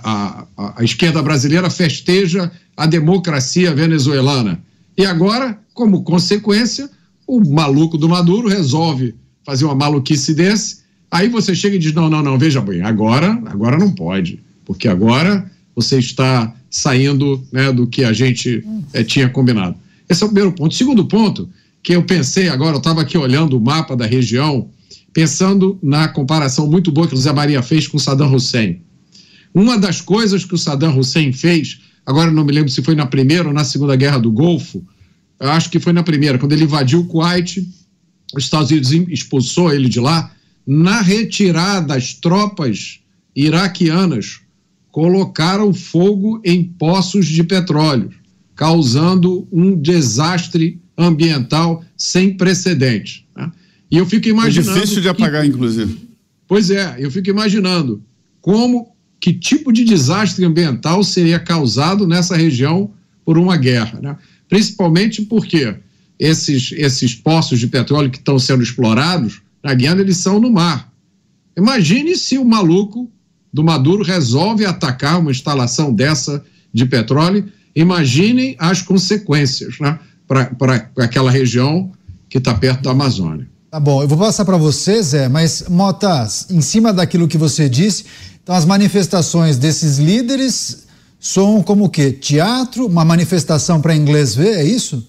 a esquerda brasileira festeja a democracia venezuelana. E agora, como consequência, o maluco do Maduro resolve fazer uma maluquice desse, aí você chega e diz, não, veja bem, agora não pode, porque agora você está saindo, né, do que a gente tinha combinado. Esse é o primeiro ponto. Segundo ponto, que eu pensei agora, eu estava aqui olhando o mapa da região, pensando na comparação muito boa que o Zé Maria fez com o Saddam Hussein. Uma das coisas que o Saddam Hussein fez, agora não me lembro se foi na Primeira ou na Segunda Guerra do Golfo, eu acho que foi na Primeira, quando ele invadiu o Kuwait, os Estados Unidos expulsou ele de lá, na retirada, as tropas iraquianas colocaram fogo em poços de petróleo, causando um desastre ambiental sem precedentes, né? E eu fico imaginando... É difícil de apagar, inclusive. Pois é, eu fico imaginando que tipo de desastre ambiental seria causado nessa região por uma guerra, né? Principalmente porque esses poços de petróleo que estão sendo explorados na Guiana, eles são no mar. Imagine se o maluco do Maduro resolve atacar uma instalação dessa de petróleo, imaginem as consequências, né, para aquela região que está perto da Amazônia. Tá bom, eu vou passar para você, Zé, mas, Mota, em cima daquilo que você disse, então as manifestações desses líderes soam como o quê? Teatro? Uma manifestação para inglês ver, é isso?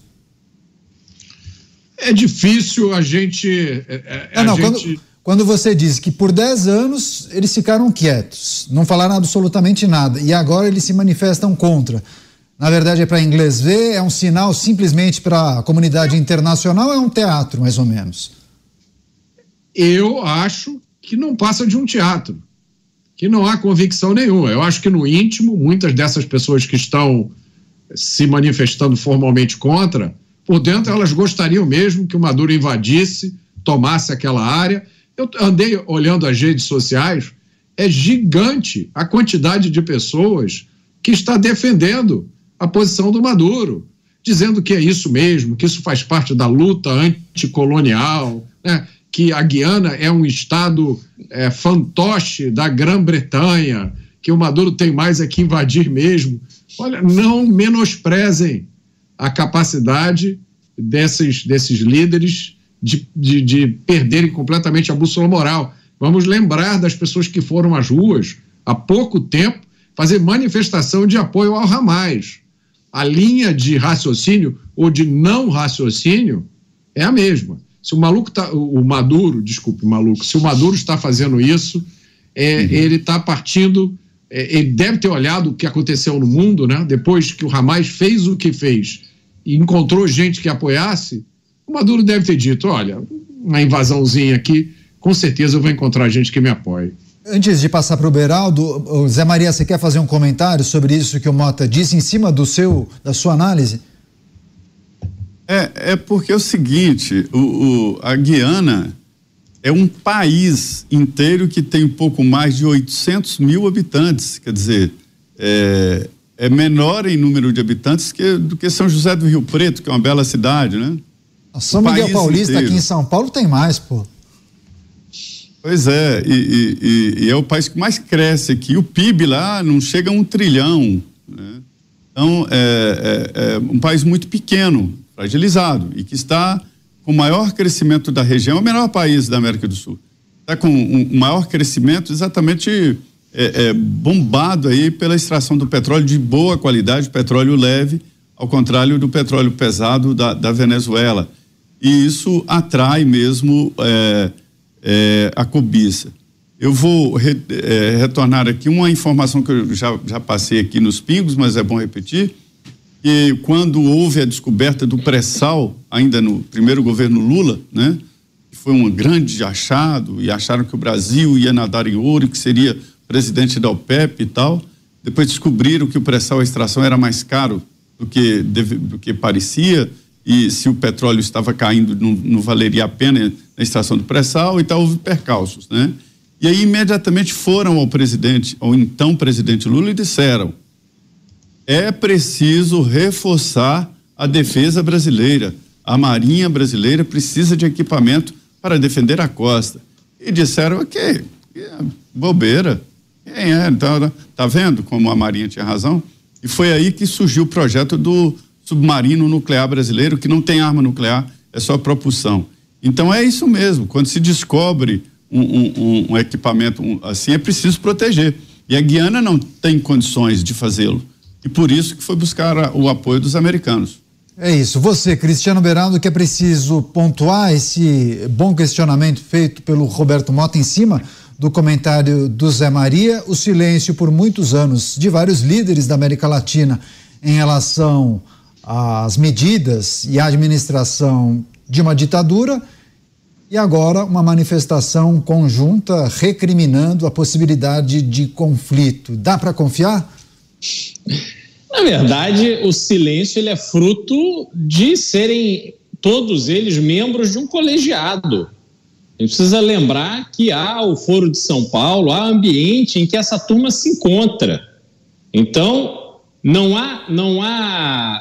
É difícil a gente... Quando você diz que por 10 anos eles ficaram quietos, não falaram absolutamente nada, e agora eles se manifestam contra. Na verdade é para inglês ver, é um sinal simplesmente para a comunidade internacional, é um teatro, mais ou menos? Eu acho que não passa de um teatro, que não há convicção nenhuma. Eu acho que no íntimo, muitas dessas pessoas que estão se manifestando formalmente contra, por dentro elas gostariam mesmo que o Maduro invadisse, tomasse aquela área. Eu andei olhando as redes sociais, é gigante a quantidade de pessoas que está defendendo a posição do Maduro, dizendo que é isso mesmo, que isso faz parte da luta anticolonial, né? Que a Guiana é um estado fantoche da Grã-Bretanha, que o Maduro tem mais é que invadir mesmo. Olha, não menosprezem a capacidade desses líderes de perderem completamente a bússola moral. Vamos lembrar das pessoas que foram às ruas há pouco tempo fazer manifestação de apoio ao Hamas. A linha de raciocínio ou de não raciocínio é a mesma. Se o Maduro está fazendo isso, ele está partindo, ele deve ter olhado o que aconteceu no mundo, né? Depois que o Hamas fez o que fez e encontrou gente que apoiasse, o Maduro deve ter dito, olha, uma invasãozinha aqui, com certeza eu vou encontrar gente que me apoie. Antes de passar para o Beraldo, Zé Maria, você quer fazer um comentário sobre isso que o Mota disse em cima da sua análise? É porque é o seguinte, a Guiana é um país inteiro que tem um pouco mais de 800 mil habitantes, quer dizer, é menor em número de habitantes do que São José do Rio Preto, que é uma bela cidade, né? São Miguel Paulista inteiro. Aqui em São Paulo tem mais, pô. Pois é, e é o país que mais cresce aqui, o PIB lá não chega a 1 trilhão, né? Então é um país muito pequeno, fragilizado, e que está com o maior crescimento da região, é o menor país da América do Sul. Está com um maior crescimento exatamente bombado aí pela extração do petróleo de boa qualidade, petróleo leve, ao contrário do petróleo pesado da Venezuela. E isso atrai mesmo a cobiça. Eu vou retornar aqui uma informação que eu já passei aqui nos pingos, mas é bom repetir, que quando houve a descoberta do pré-sal, ainda no primeiro governo Lula, né, que foi um grande achado, e acharam que o Brasil ia nadar em ouro, que seria presidente da OPEP e tal, depois descobriram que o pré-sal, a extração era mais caro do que parecia, e se o petróleo estava caindo, não valeria a pena a extração do pré-sal, e tal, houve percalços, né? E aí imediatamente foram ao então presidente Lula e disseram: é preciso reforçar a defesa brasileira, a Marinha brasileira precisa de equipamento para defender a costa. E disseram, ok, bobeira, então, tá vendo como a Marinha tinha razão? E foi aí que surgiu o projeto do submarino nuclear brasileiro, que não tem arma nuclear, é só propulsão. Então é isso mesmo, quando se descobre um equipamento assim, é preciso proteger. E a Guiana não tem condições de fazê-lo. E por isso que foi buscar o apoio dos americanos. É isso. Você, Cristiano Beraldo, que é preciso pontuar esse bom questionamento feito pelo Roberto Mota em cima do comentário do Zé Maria, o silêncio por muitos anos de vários líderes da América Latina em relação às medidas e à administração de uma ditadura, e agora uma manifestação conjunta recriminando a possibilidade de conflito. Dá para confiar? Na verdade, o silêncio ele é fruto de serem todos eles membros de um colegiado. A gente precisa lembrar que há o Foro de São Paulo, há ambiente em que essa turma se encontra. Então, não há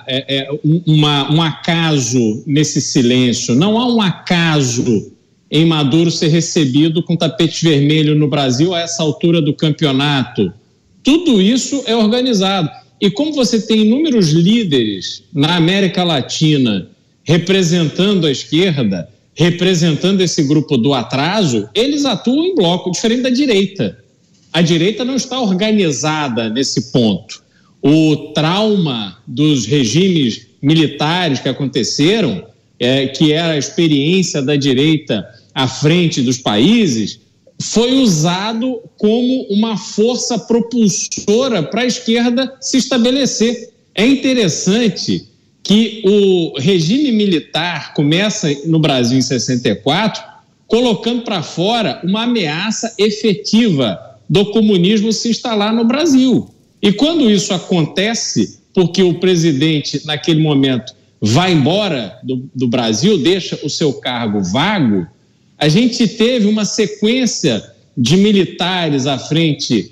um acaso nesse silêncio, não há um acaso em Maduro ser recebido com tapete vermelho no Brasil a essa altura do campeonato. Tudo isso é organizado. E como você tem inúmeros líderes na América Latina representando a esquerda, representando esse grupo do atraso, eles atuam em bloco, diferente da direita. A direita não está organizada nesse ponto. O trauma dos regimes militares que aconteceram, que era a experiência da direita à frente dos países, foi usado como uma força propulsora para a esquerda se estabelecer. É interessante que o regime militar começa no Brasil em 64, colocando para fora uma ameaça efetiva do comunismo se instalar no Brasil. E quando isso acontece, porque o presidente, naquele momento, vai embora do Brasil, deixa o seu cargo vago, a gente teve uma sequência de militares à frente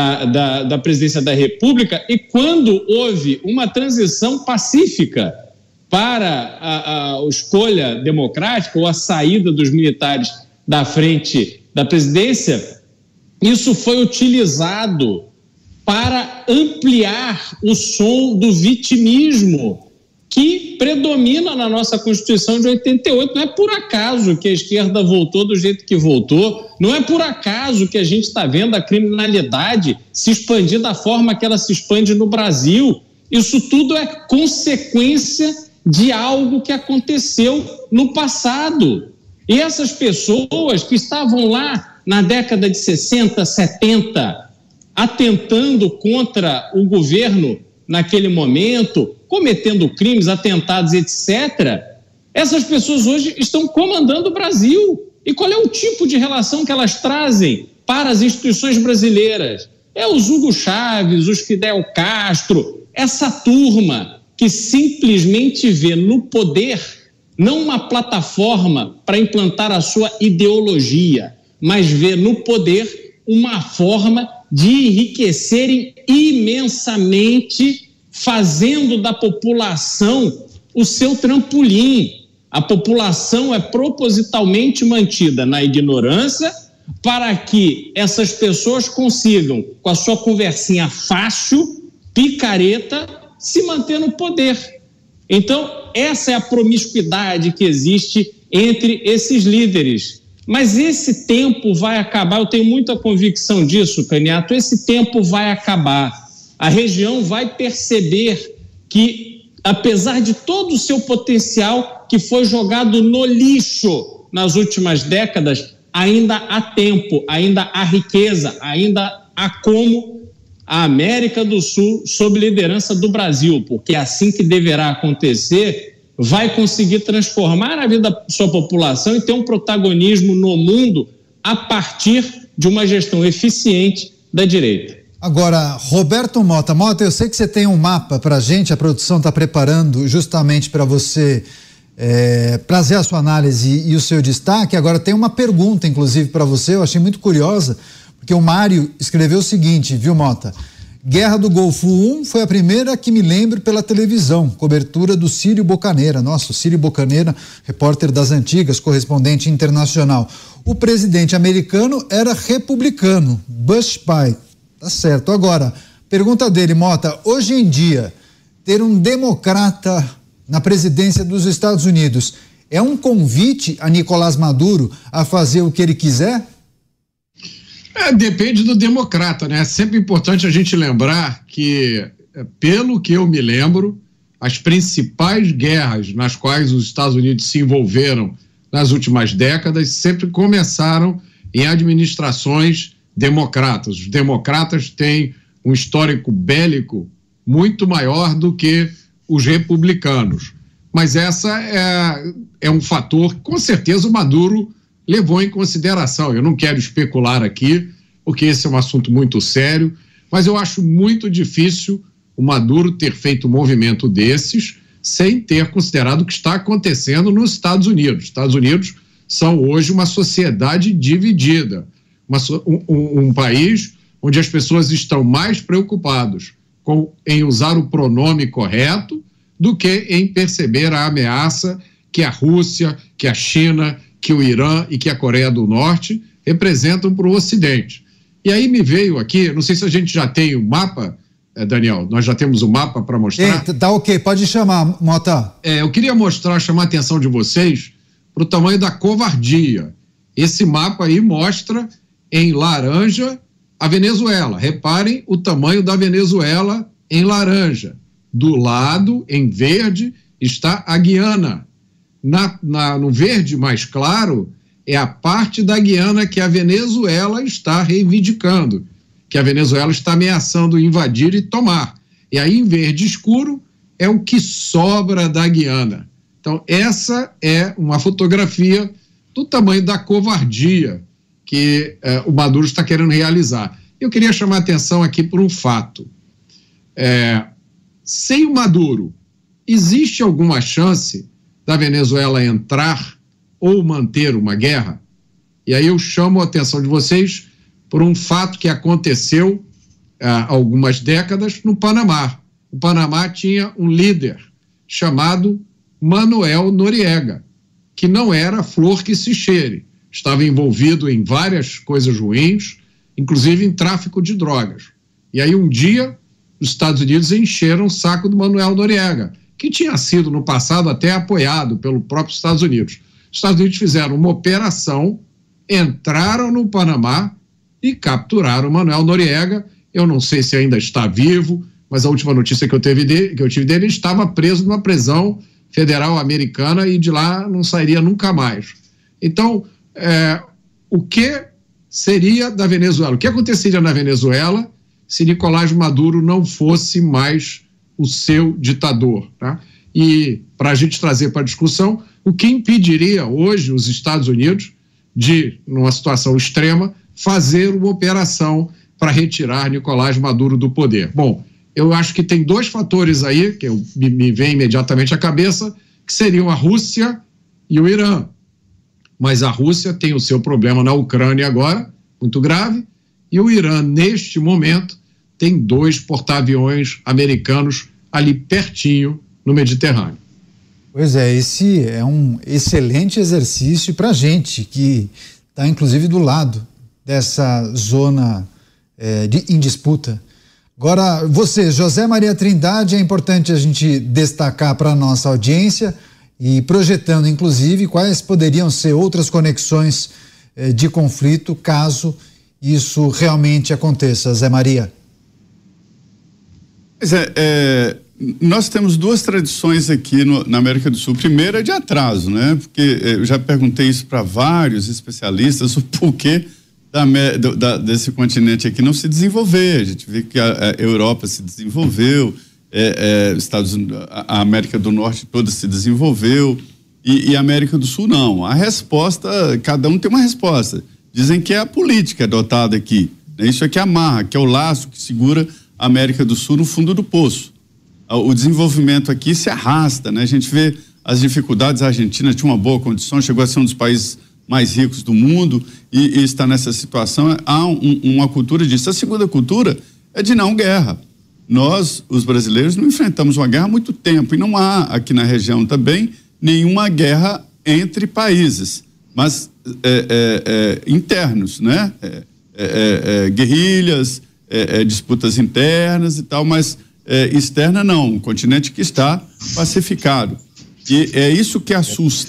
da presidência da República, e quando houve uma transição pacífica para a escolha democrática ou a saída dos militares da frente da presidência, isso foi utilizado para ampliar o som do vitimismo que predomina na nossa Constituição de 88. Não é por acaso que a esquerda voltou do jeito que voltou, não é por acaso que a gente está vendo a criminalidade se expandir da forma que ela se expande no Brasil. Isso tudo é consequência de algo que aconteceu no passado. E essas pessoas que estavam lá na década de 60, 70, atentando contra o governo naquele momento, cometendo crimes, atentados, etc., essas pessoas hoje estão comandando o Brasil. E qual é o tipo de relação que elas trazem para as instituições brasileiras? É os Hugo Chávez, os Fidel Castro, essa turma que simplesmente vê no poder não uma plataforma para implantar a sua ideologia, mas vê no poder uma forma de enriquecerem imensamente, fazendo da população o seu trampolim. A população é propositalmente mantida na ignorância para que essas pessoas consigam, com a sua conversinha fácil, picareta, se manter no poder. Então, essa é a promiscuidade que existe entre esses líderes. Mas esse tempo vai acabar, eu tenho muita convicção disso, Caniato, esse tempo vai acabar. A região vai perceber que, apesar de todo o seu potencial que foi jogado no lixo nas últimas décadas, ainda há tempo, ainda há riqueza, ainda há como a América do Sul, sob liderança do Brasil, porque é assim que deverá acontecer, vai conseguir transformar a vida da sua população e ter um protagonismo no mundo a partir de uma gestão eficiente da direita. Agora, Roberto Mota, eu sei que você tem um mapa para a gente, a produção está preparando justamente para você trazer a sua análise e o seu destaque. Agora tem uma pergunta, inclusive, para você, eu achei muito curiosa, porque o Mário escreveu o seguinte, viu, Mota? Guerra do Golfo 1 foi a primeira que me lembro pela televisão, cobertura do Círio Bocaneira. Nossa, o Círio Bocaneira, repórter das antigas, correspondente internacional. O presidente americano era republicano, Bush pai. Tá certo. Agora, pergunta dele, Mota, hoje em dia, ter um democrata na presidência dos Estados Unidos, É um convite a Nicolás Maduro a fazer o que ele quiser? Depende do democrata, né? É sempre importante a gente lembrar que, pelo que eu me lembro, as principais guerras nas quais os Estados Unidos se envolveram nas últimas décadas sempre começaram em administrações democratas. Os democratas têm um histórico bélico muito maior do que os republicanos. Mas essa é um fator que, com certeza, o Maduro levou em consideração. Eu não quero especular aqui, porque esse é um assunto muito sério, mas eu acho muito difícil o Maduro ter feito um movimento desses sem ter considerado o que está acontecendo nos Estados Unidos. Os Estados Unidos são hoje uma sociedade dividida, um país onde as pessoas estão mais preocupadas em usar o pronome correto do que em perceber a ameaça que a Rússia, que a China, que o Irã e que a Coreia do Norte representam para o Ocidente. E aí me veio aqui, não sei se a gente já tem o mapa, Daniel, nós já temos o mapa para mostrar. Tá ok, pode chamar, Mota. Eu queria chamar a atenção de vocês para o tamanho da covardia. Esse mapa aí mostra em laranja a Venezuela. Reparem o tamanho da Venezuela em laranja. Do lado, em verde, está a Guiana. No verde mais claro, é a parte da Guiana que a Venezuela está reivindicando, que a Venezuela está ameaçando invadir e tomar. E aí, em verde escuro, é o que sobra da Guiana. Então, essa é uma fotografia do tamanho da covardia que o Maduro está querendo realizar. Eu queria chamar a atenção aqui por um fato. Sem o Maduro, existe alguma chance da Venezuela entrar ou manter uma guerra? E aí eu chamo a atenção de vocês por um fato que aconteceu há algumas décadas no Panamá. O Panamá tinha um líder chamado Manuel Noriega, que não era flor que se cheire, estava envolvido em várias coisas ruins, inclusive em tráfico de drogas. E aí um dia os Estados Unidos encheram o saco do Manuel Noriega, que tinha sido no passado até apoiado pelo próprio Estados Unidos. Os Estados Unidos fizeram uma operação, entraram no Panamá e capturaram o Manuel Noriega. Eu não sei se ainda está vivo, mas a última notícia que eu tive dele, ele estava preso numa prisão federal americana e de lá não sairia nunca mais. Então, o que seria da Venezuela? O que aconteceria na Venezuela se Nicolás Maduro não fosse mais o seu ditador? Tá? E, para a gente trazer para a discussão, o que impediria hoje os Estados Unidos de, numa situação extrema, fazer uma operação para retirar Nicolás Maduro do poder? Bom, eu acho que tem dois fatores aí, que me vem imediatamente à cabeça, que seriam a Rússia e o Irã. Mas a Rússia tem o seu problema na Ucrânia agora, muito grave, e o Irã, neste momento, tem 2 porta-aviões americanos ali pertinho no Mediterrâneo. Pois é, esse é um excelente exercício para a gente, que está inclusive do lado dessa zona em disputa. Agora, você, José Maria Trindade, é importante a gente destacar para a nossa audiência e projetando, inclusive, quais poderiam ser outras conexões de conflito caso isso realmente aconteça. Zé Maria. Pois nós temos 2 tradições aqui na América do Sul. Primeiro é de atraso, né? Porque eu já perguntei isso para vários especialistas, o porquê desse continente aqui não se desenvolver. A gente vê que a Europa se desenvolveu, a América do Norte toda se desenvolveu e a América do Sul não. A resposta, cada um tem uma resposta. Dizem que é a política adotada aqui, né? Isso aqui amarra, que é o laço que segura a América do Sul no fundo do poço. O desenvolvimento aqui se arrasta, né? A gente vê as dificuldades. A Argentina tinha uma boa condição, chegou a ser um dos países mais ricos do mundo e está nessa situação. Há uma cultura disso. A segunda cultura é de não guerra. Nós, os brasileiros, não enfrentamos uma guerra há muito tempo e não há aqui na região também nenhuma guerra entre países, mas internos, né? Guerrilhas, disputas internas e tal, mas externa não, um continente que está pacificado. E é isso que assusta.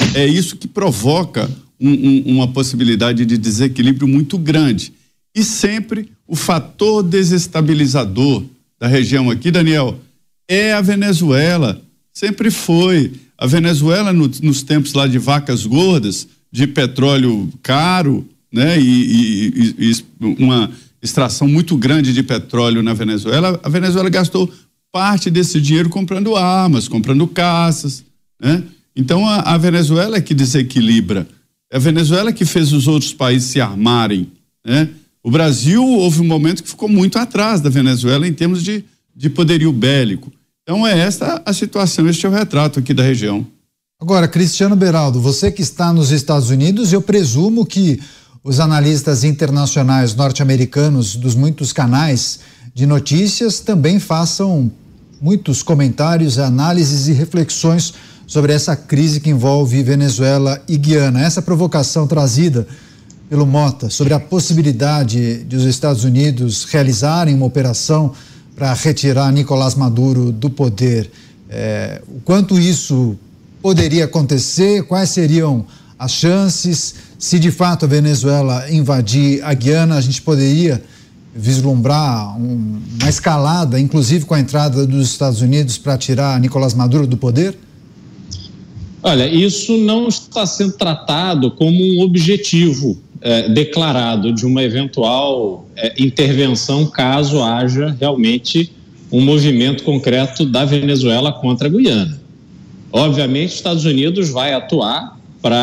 É isso que provoca uma possibilidade de desequilíbrio muito grande. E sempre o fator desestabilizador da região aqui, Daniel, é a Venezuela. Sempre foi. A Venezuela, nos tempos lá de vacas gordas, de petróleo caro, né? E uma extração muito grande de petróleo na Venezuela, a Venezuela gastou parte desse dinheiro comprando armas, comprando caças, né? Então a Venezuela é que desequilibra. É a Venezuela que fez os outros países se armarem, né? O Brasil houve um momento que ficou muito atrás da Venezuela em termos de poderio bélico. Então é esta a situação, este é o retrato aqui da região. Agora, Cristiano Beraldo, você que está nos Estados Unidos, eu presumo que os analistas internacionais norte-americanos dos muitos canais de notícias também façam muitos comentários, análises e reflexões sobre essa crise que envolve Venezuela e Guiana. Essa provocação trazida pelo Mota sobre a possibilidade de os Estados Unidos realizarem uma operação para retirar Nicolás Maduro do poder. O quanto isso poderia acontecer, quais seriam as chances, se de fato a Venezuela invadir a Guiana, a gente poderia vislumbrar uma escalada, inclusive com a entrada dos Estados Unidos para tirar Nicolás Maduro do poder? Olha, isso não está sendo tratado como um objetivo declarado de uma eventual intervenção, caso haja realmente um movimento concreto da Venezuela contra a Guiana. Obviamente, os Estados Unidos vai atuar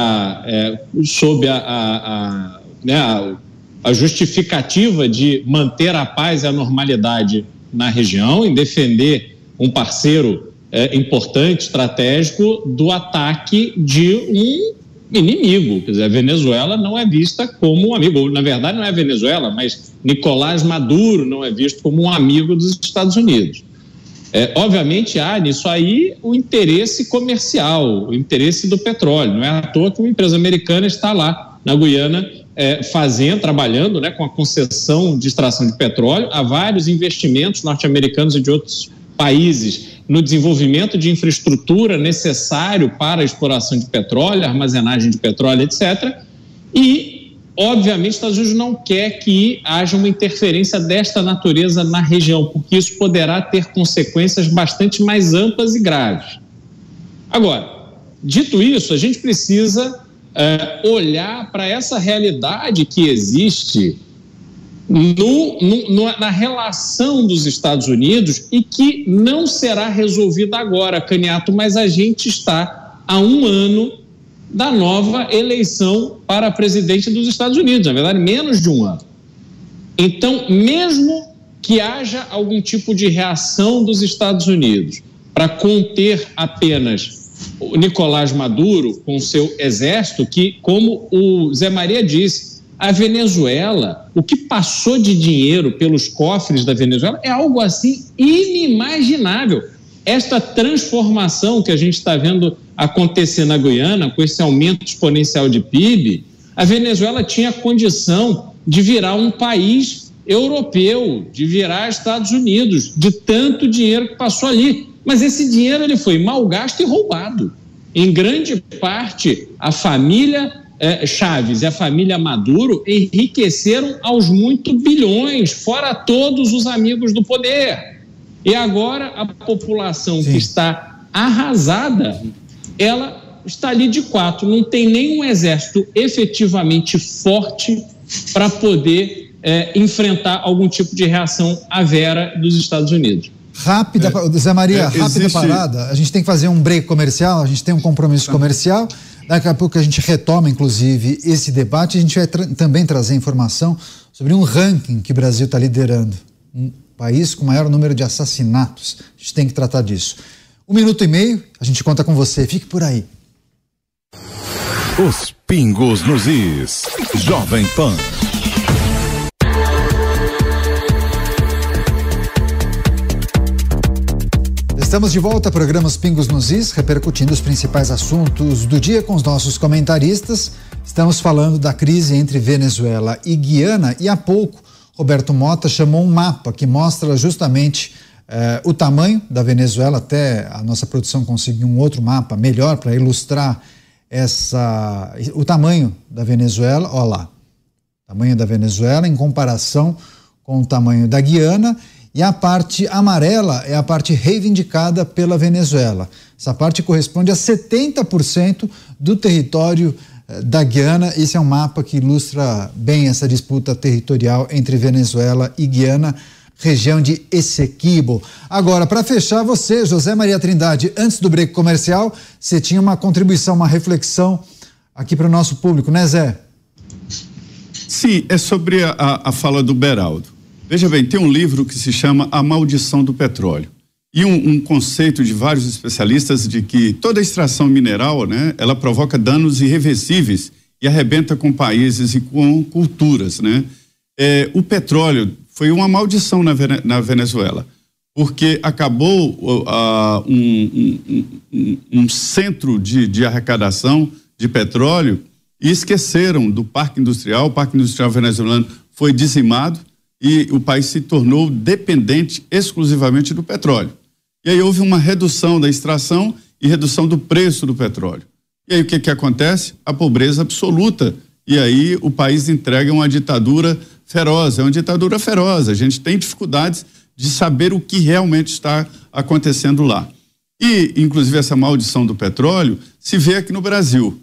sob a justificativa de manter a paz e a normalidade na região, em defender um parceiro importante, estratégico, do ataque de um inimigo. Quer dizer, a Venezuela não é vista como um amigo. Na verdade, não é a Venezuela, mas Nicolás Maduro não é visto como um amigo dos Estados Unidos. Obviamente, há nisso aí o interesse comercial, o interesse do petróleo. Não é à toa que uma empresa americana está lá na Guiana trabalhando, né, com a concessão de extração de petróleo. Há vários investimentos norte-americanos e de outros países no desenvolvimento de infraestrutura necessário para a exploração de petróleo, armazenagem de petróleo, etc. E, obviamente, os Estados Unidos não quer que haja uma interferência desta natureza na região, porque isso poderá ter consequências bastante mais amplas e graves. Agora, dito isso, a gente precisa olhar para essa realidade que existe na relação dos Estados Unidos e que não será resolvida agora, Caniato, mas a gente está há um ano da nova eleição para presidente dos Estados Unidos, na verdade, menos de um ano. Então, mesmo que haja algum tipo de reação dos Estados Unidos para conter apenas o Nicolás Maduro com seu exército, que, como o Zé Maria disse, a Venezuela, o que passou de dinheiro pelos cofres da Venezuela é algo assim inimaginável. Esta transformação que a gente está vendo acontecer na Guiana, com esse aumento exponencial de PIB, a Venezuela tinha condição de virar um país europeu, de virar Estados Unidos, de tanto dinheiro que passou ali. Mas esse dinheiro ele foi mal gasto e roubado. Em grande parte, a família Chávez e a família Maduro enriqueceram aos muitos bilhões, fora todos os amigos do poder. E agora a população que está arrasada, ela está ali de quatro, não tem nenhum exército efetivamente forte para poder enfrentar algum tipo de reação à vera dos Estados Unidos. Rápida, Zé Maria, rápida parada, a gente tem que fazer um break comercial, a gente tem um compromisso comercial. Daqui a pouco a gente retoma, inclusive, esse debate. A gente vai também trazer informação sobre um ranking que o Brasil está liderando. Um país com o maior número de assassinatos. A gente tem que tratar disso. 1 minuto e meio, a gente conta com você. Fique por aí. Os pingos nos is. Jovem Pan. Estamos de volta ao programa Os Pingos nos Is, repercutindo os principais assuntos do dia com os nossos comentaristas. Estamos falando da crise entre Venezuela e Guiana e há pouco Roberto Mota chamou um mapa que mostra justamente o tamanho da Venezuela. Até a nossa produção conseguiu um outro mapa melhor para ilustrar o tamanho da Venezuela, olha lá, tamanho da Venezuela em comparação com o tamanho da Guiana, e a parte amarela é a parte reivindicada pela Venezuela. Essa parte corresponde a 70% do território da Guiana. Esse é um mapa que ilustra bem essa disputa territorial entre Venezuela e Guiana, região de Essequibo. Agora, para fechar, você, José Maria Trindade, antes do break comercial, você tinha uma contribuição, uma reflexão aqui para o nosso público, né, Zé? Sim, é sobre a fala do Beraldo. Veja bem, tem um livro que se chama A Maldição do Petróleo. E um conceito de vários especialistas de que toda extração mineral, né, ela provoca danos irreversíveis e arrebenta com países e com culturas, né? O petróleo foi uma maldição na Venezuela, porque acabou um centro de arrecadação de petróleo e esqueceram do parque industrial. O parque industrial venezuelano foi dizimado e o país se tornou dependente exclusivamente do petróleo. E aí houve uma redução da extração e redução do preço do petróleo. E aí o que acontece? A pobreza absoluta. E aí o país entrega uma ditadura feroz. É uma ditadura feroz. A gente tem dificuldades de saber o que realmente está acontecendo lá. E, inclusive, essa maldição do petróleo se vê aqui no Brasil.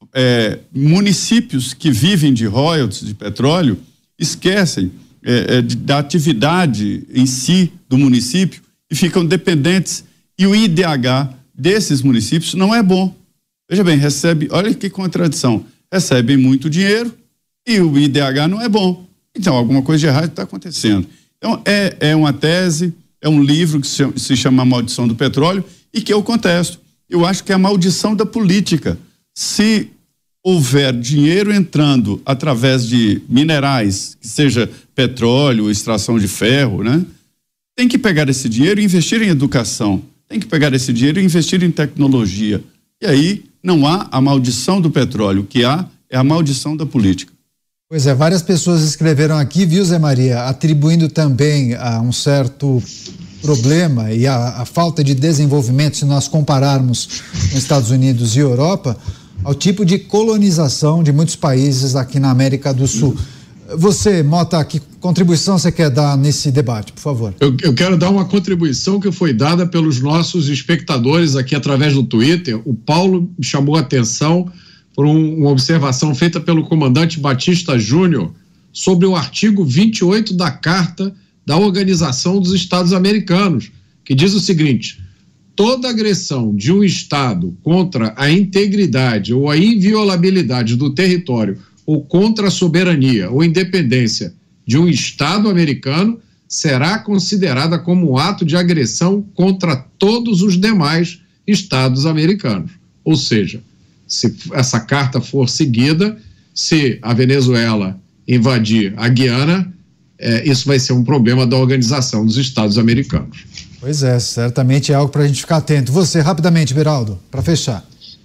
Municípios que vivem de royalties de petróleo esquecem da atividade em si do município e ficam dependentes, e o IDH desses municípios não é bom. Veja bem, olha que contradição, recebem muito dinheiro e o IDH não é bom. Então, alguma coisa de errado está acontecendo. Então, é uma tese, é um livro que se chama A Maldição do Petróleo e que eu contesto. Eu acho que é a maldição da política. Se houver dinheiro entrando através de minerais, que seja petróleo, extração de ferro, né? Tem que pegar esse dinheiro e investir em educação. Tem que pegar esse dinheiro e investir em tecnologia. E aí não há a maldição do petróleo. O que há é a maldição da política. Pois é, várias pessoas escreveram aqui, viu, Zé Maria, atribuindo também a um certo problema e a falta de desenvolvimento, se nós compararmos com Estados Unidos e Europa, ao tipo de colonização de muitos países aqui na América do Sul. Você, Mota, que contribuição você quer dar nesse debate, por favor? Eu quero dar uma contribuição que foi dada pelos nossos espectadores aqui através do Twitter. O Paulo chamou a atenção por uma observação feita pelo comandante Batista Júnior sobre o artigo 28 da Carta da Organização dos Estados Americanos, que diz o seguinte: toda agressão de um Estado contra a integridade ou a inviolabilidade do território ou contra a soberania ou independência de um Estado americano será considerada como um ato de agressão contra todos os demais Estados americanos. Ou seja, se essa carta for seguida, se a Venezuela invadir a Guiana, isso vai ser um problema da Organização dos Estados Americanos. Pois é, certamente é algo para a gente ficar atento. Você, rapidamente, Beraldo, para fechar.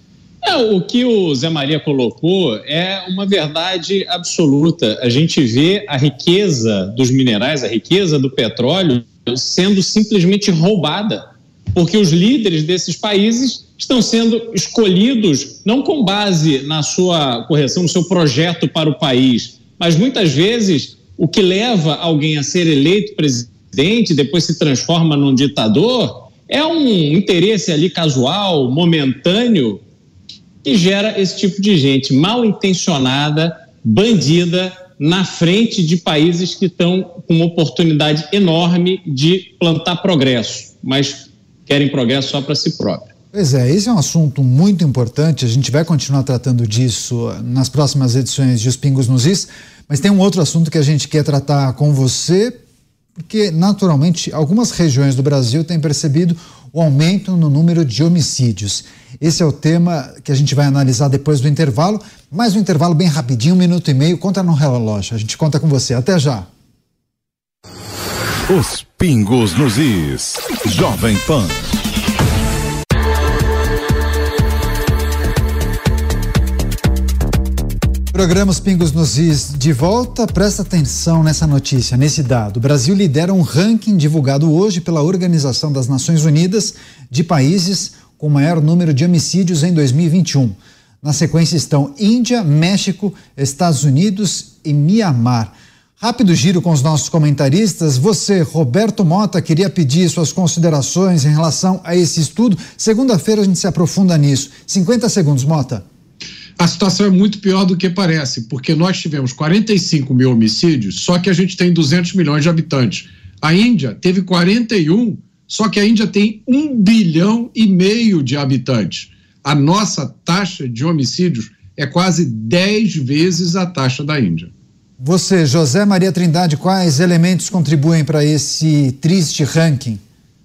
O que o Zé Maria colocou é uma verdade absoluta. A gente vê a riqueza dos minerais, a riqueza do petróleo sendo simplesmente roubada, porque os líderes desses países estão sendo escolhidos não com base na sua correção, no seu projeto para o país, mas muitas vezes o que leva alguém a ser eleito presidente, depois se transforma num ditador, é um interesse ali casual, momentâneo, que gera esse tipo de gente mal intencionada, bandida, na frente de países que estão com uma oportunidade enorme de plantar progresso, mas querem progresso só para si próprio. Pois é, esse é um assunto muito importante, a gente vai continuar tratando disso nas próximas edições de Os Pingos nos Is, mas tem um outro assunto que a gente quer tratar com você, porque naturalmente algumas regiões do Brasil têm percebido o aumento no número de homicídios. Esse é o tema que a gente vai analisar depois do intervalo, mais um intervalo bem rapidinho, 1 minuto e meio, conta no relógio, a gente conta com você, até já. Os Pingos nos Is, Jovem Pan. Programa Os Pingos nos Is de volta, presta atenção nessa notícia, nesse dado. O Brasil lidera um ranking divulgado hoje pela Organização das Nações Unidas de países com maior número de homicídios em 2021. Na sequência estão Índia, México, Estados Unidos e Mianmar. Rápido giro com os nossos comentaristas. Você, Roberto Mota, queria pedir suas considerações em relação a esse estudo. Segunda-feira a gente se aprofunda nisso. 50 segundos, Mota. A situação é muito pior do que parece, porque nós tivemos 45 mil homicídios, só que a gente tem 200 milhões de habitantes. A Índia teve 41, só que a Índia tem 1,5 bilhão de habitantes. A nossa taxa de homicídios é quase 10 vezes a taxa da Índia. Você, José Maria Trindade, quais elementos contribuem para esse triste ranking?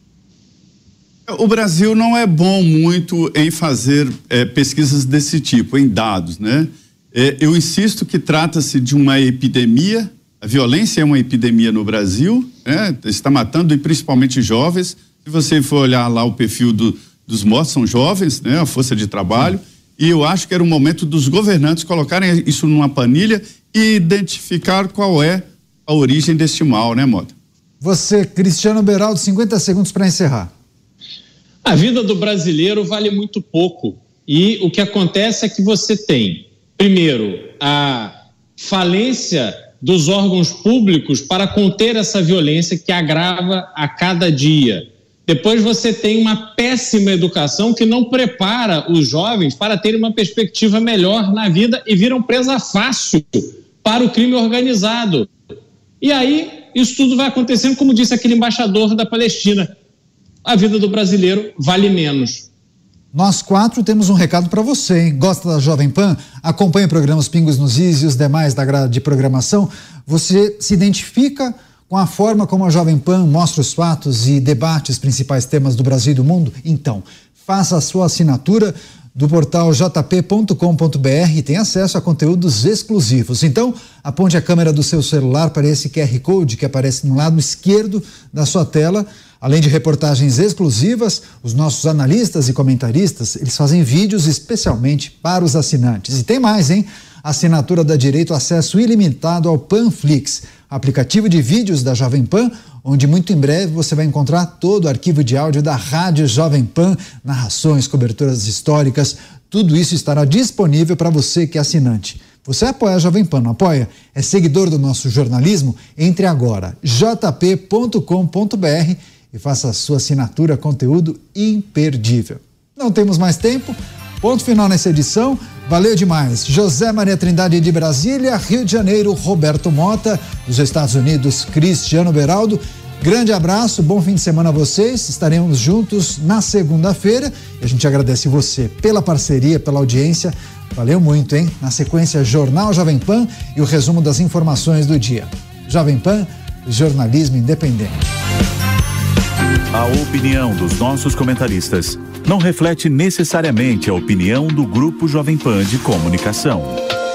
O Brasil não é bom muito em fazer pesquisas desse tipo, em dados, né? Eu insisto que trata-se de uma epidemia, a violência é uma epidemia no Brasil, né? Está matando e principalmente jovens. Se você for olhar lá o perfil dos mortos, são jovens, né? A força de trabalho. Sim. E eu acho que era o momento dos governantes colocarem isso numa planilha e identificar qual é a origem deste mal, né, Mota? Você, Cristiano Beraldo, 50 segundos para encerrar. A vida do brasileiro vale muito pouco e o que acontece é que você tem, primeiro, a falência dos órgãos públicos para conter essa violência que agrava a cada dia. Depois você tem uma péssima educação que não prepara os jovens para terem uma perspectiva melhor na vida e viram presa fácil para o crime organizado. E aí isso tudo vai acontecendo, como disse aquele embaixador da Palestina. A vida do brasileiro vale menos. Nós 4 temos um recado para você, hein? Gosta da Jovem Pan? Acompanha o programa Os Pingos nos Is e os demais da grade de programação. Você se identifica com a forma como a Jovem Pan mostra os fatos e debate os principais temas do Brasil e do mundo? Então, faça a sua assinatura do portal jp.com.br e tem acesso a conteúdos exclusivos. Então, aponte a câmera do seu celular para esse QR Code que aparece no lado esquerdo da sua tela. Além de reportagens exclusivas, os nossos analistas e comentaristas, eles fazem vídeos especialmente para os assinantes. E tem mais, hein? A assinatura dá direito a acesso ilimitado ao Panflix, aplicativo de vídeos da Jovem Pan, onde muito em breve você vai encontrar todo o arquivo de áudio da Rádio Jovem Pan, narrações, coberturas históricas, tudo isso estará disponível para você que é assinante. Você apoia a Jovem Pan, não apoia? É seguidor do nosso jornalismo? Entre agora, jp.com.br e faça a sua assinatura, conteúdo imperdível. Não temos mais tempo, ponto final nessa edição. Valeu demais. José Maria Trindade de Brasília, Rio de Janeiro, Roberto Mota, dos Estados Unidos, Cristiano Beraldo. Grande abraço, bom fim de semana a vocês. Estaremos juntos na segunda-feira. E a gente agradece você pela parceria, pela audiência. Valeu muito, hein? Na sequência, Jornal Jovem Pan e o resumo das informações do dia. Jovem Pan, jornalismo independente. A opinião dos nossos comentaristas não reflete necessariamente a opinião do Grupo Jovem Pan de Comunicação.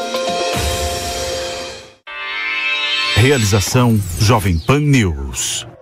Realização Jovem Pan News.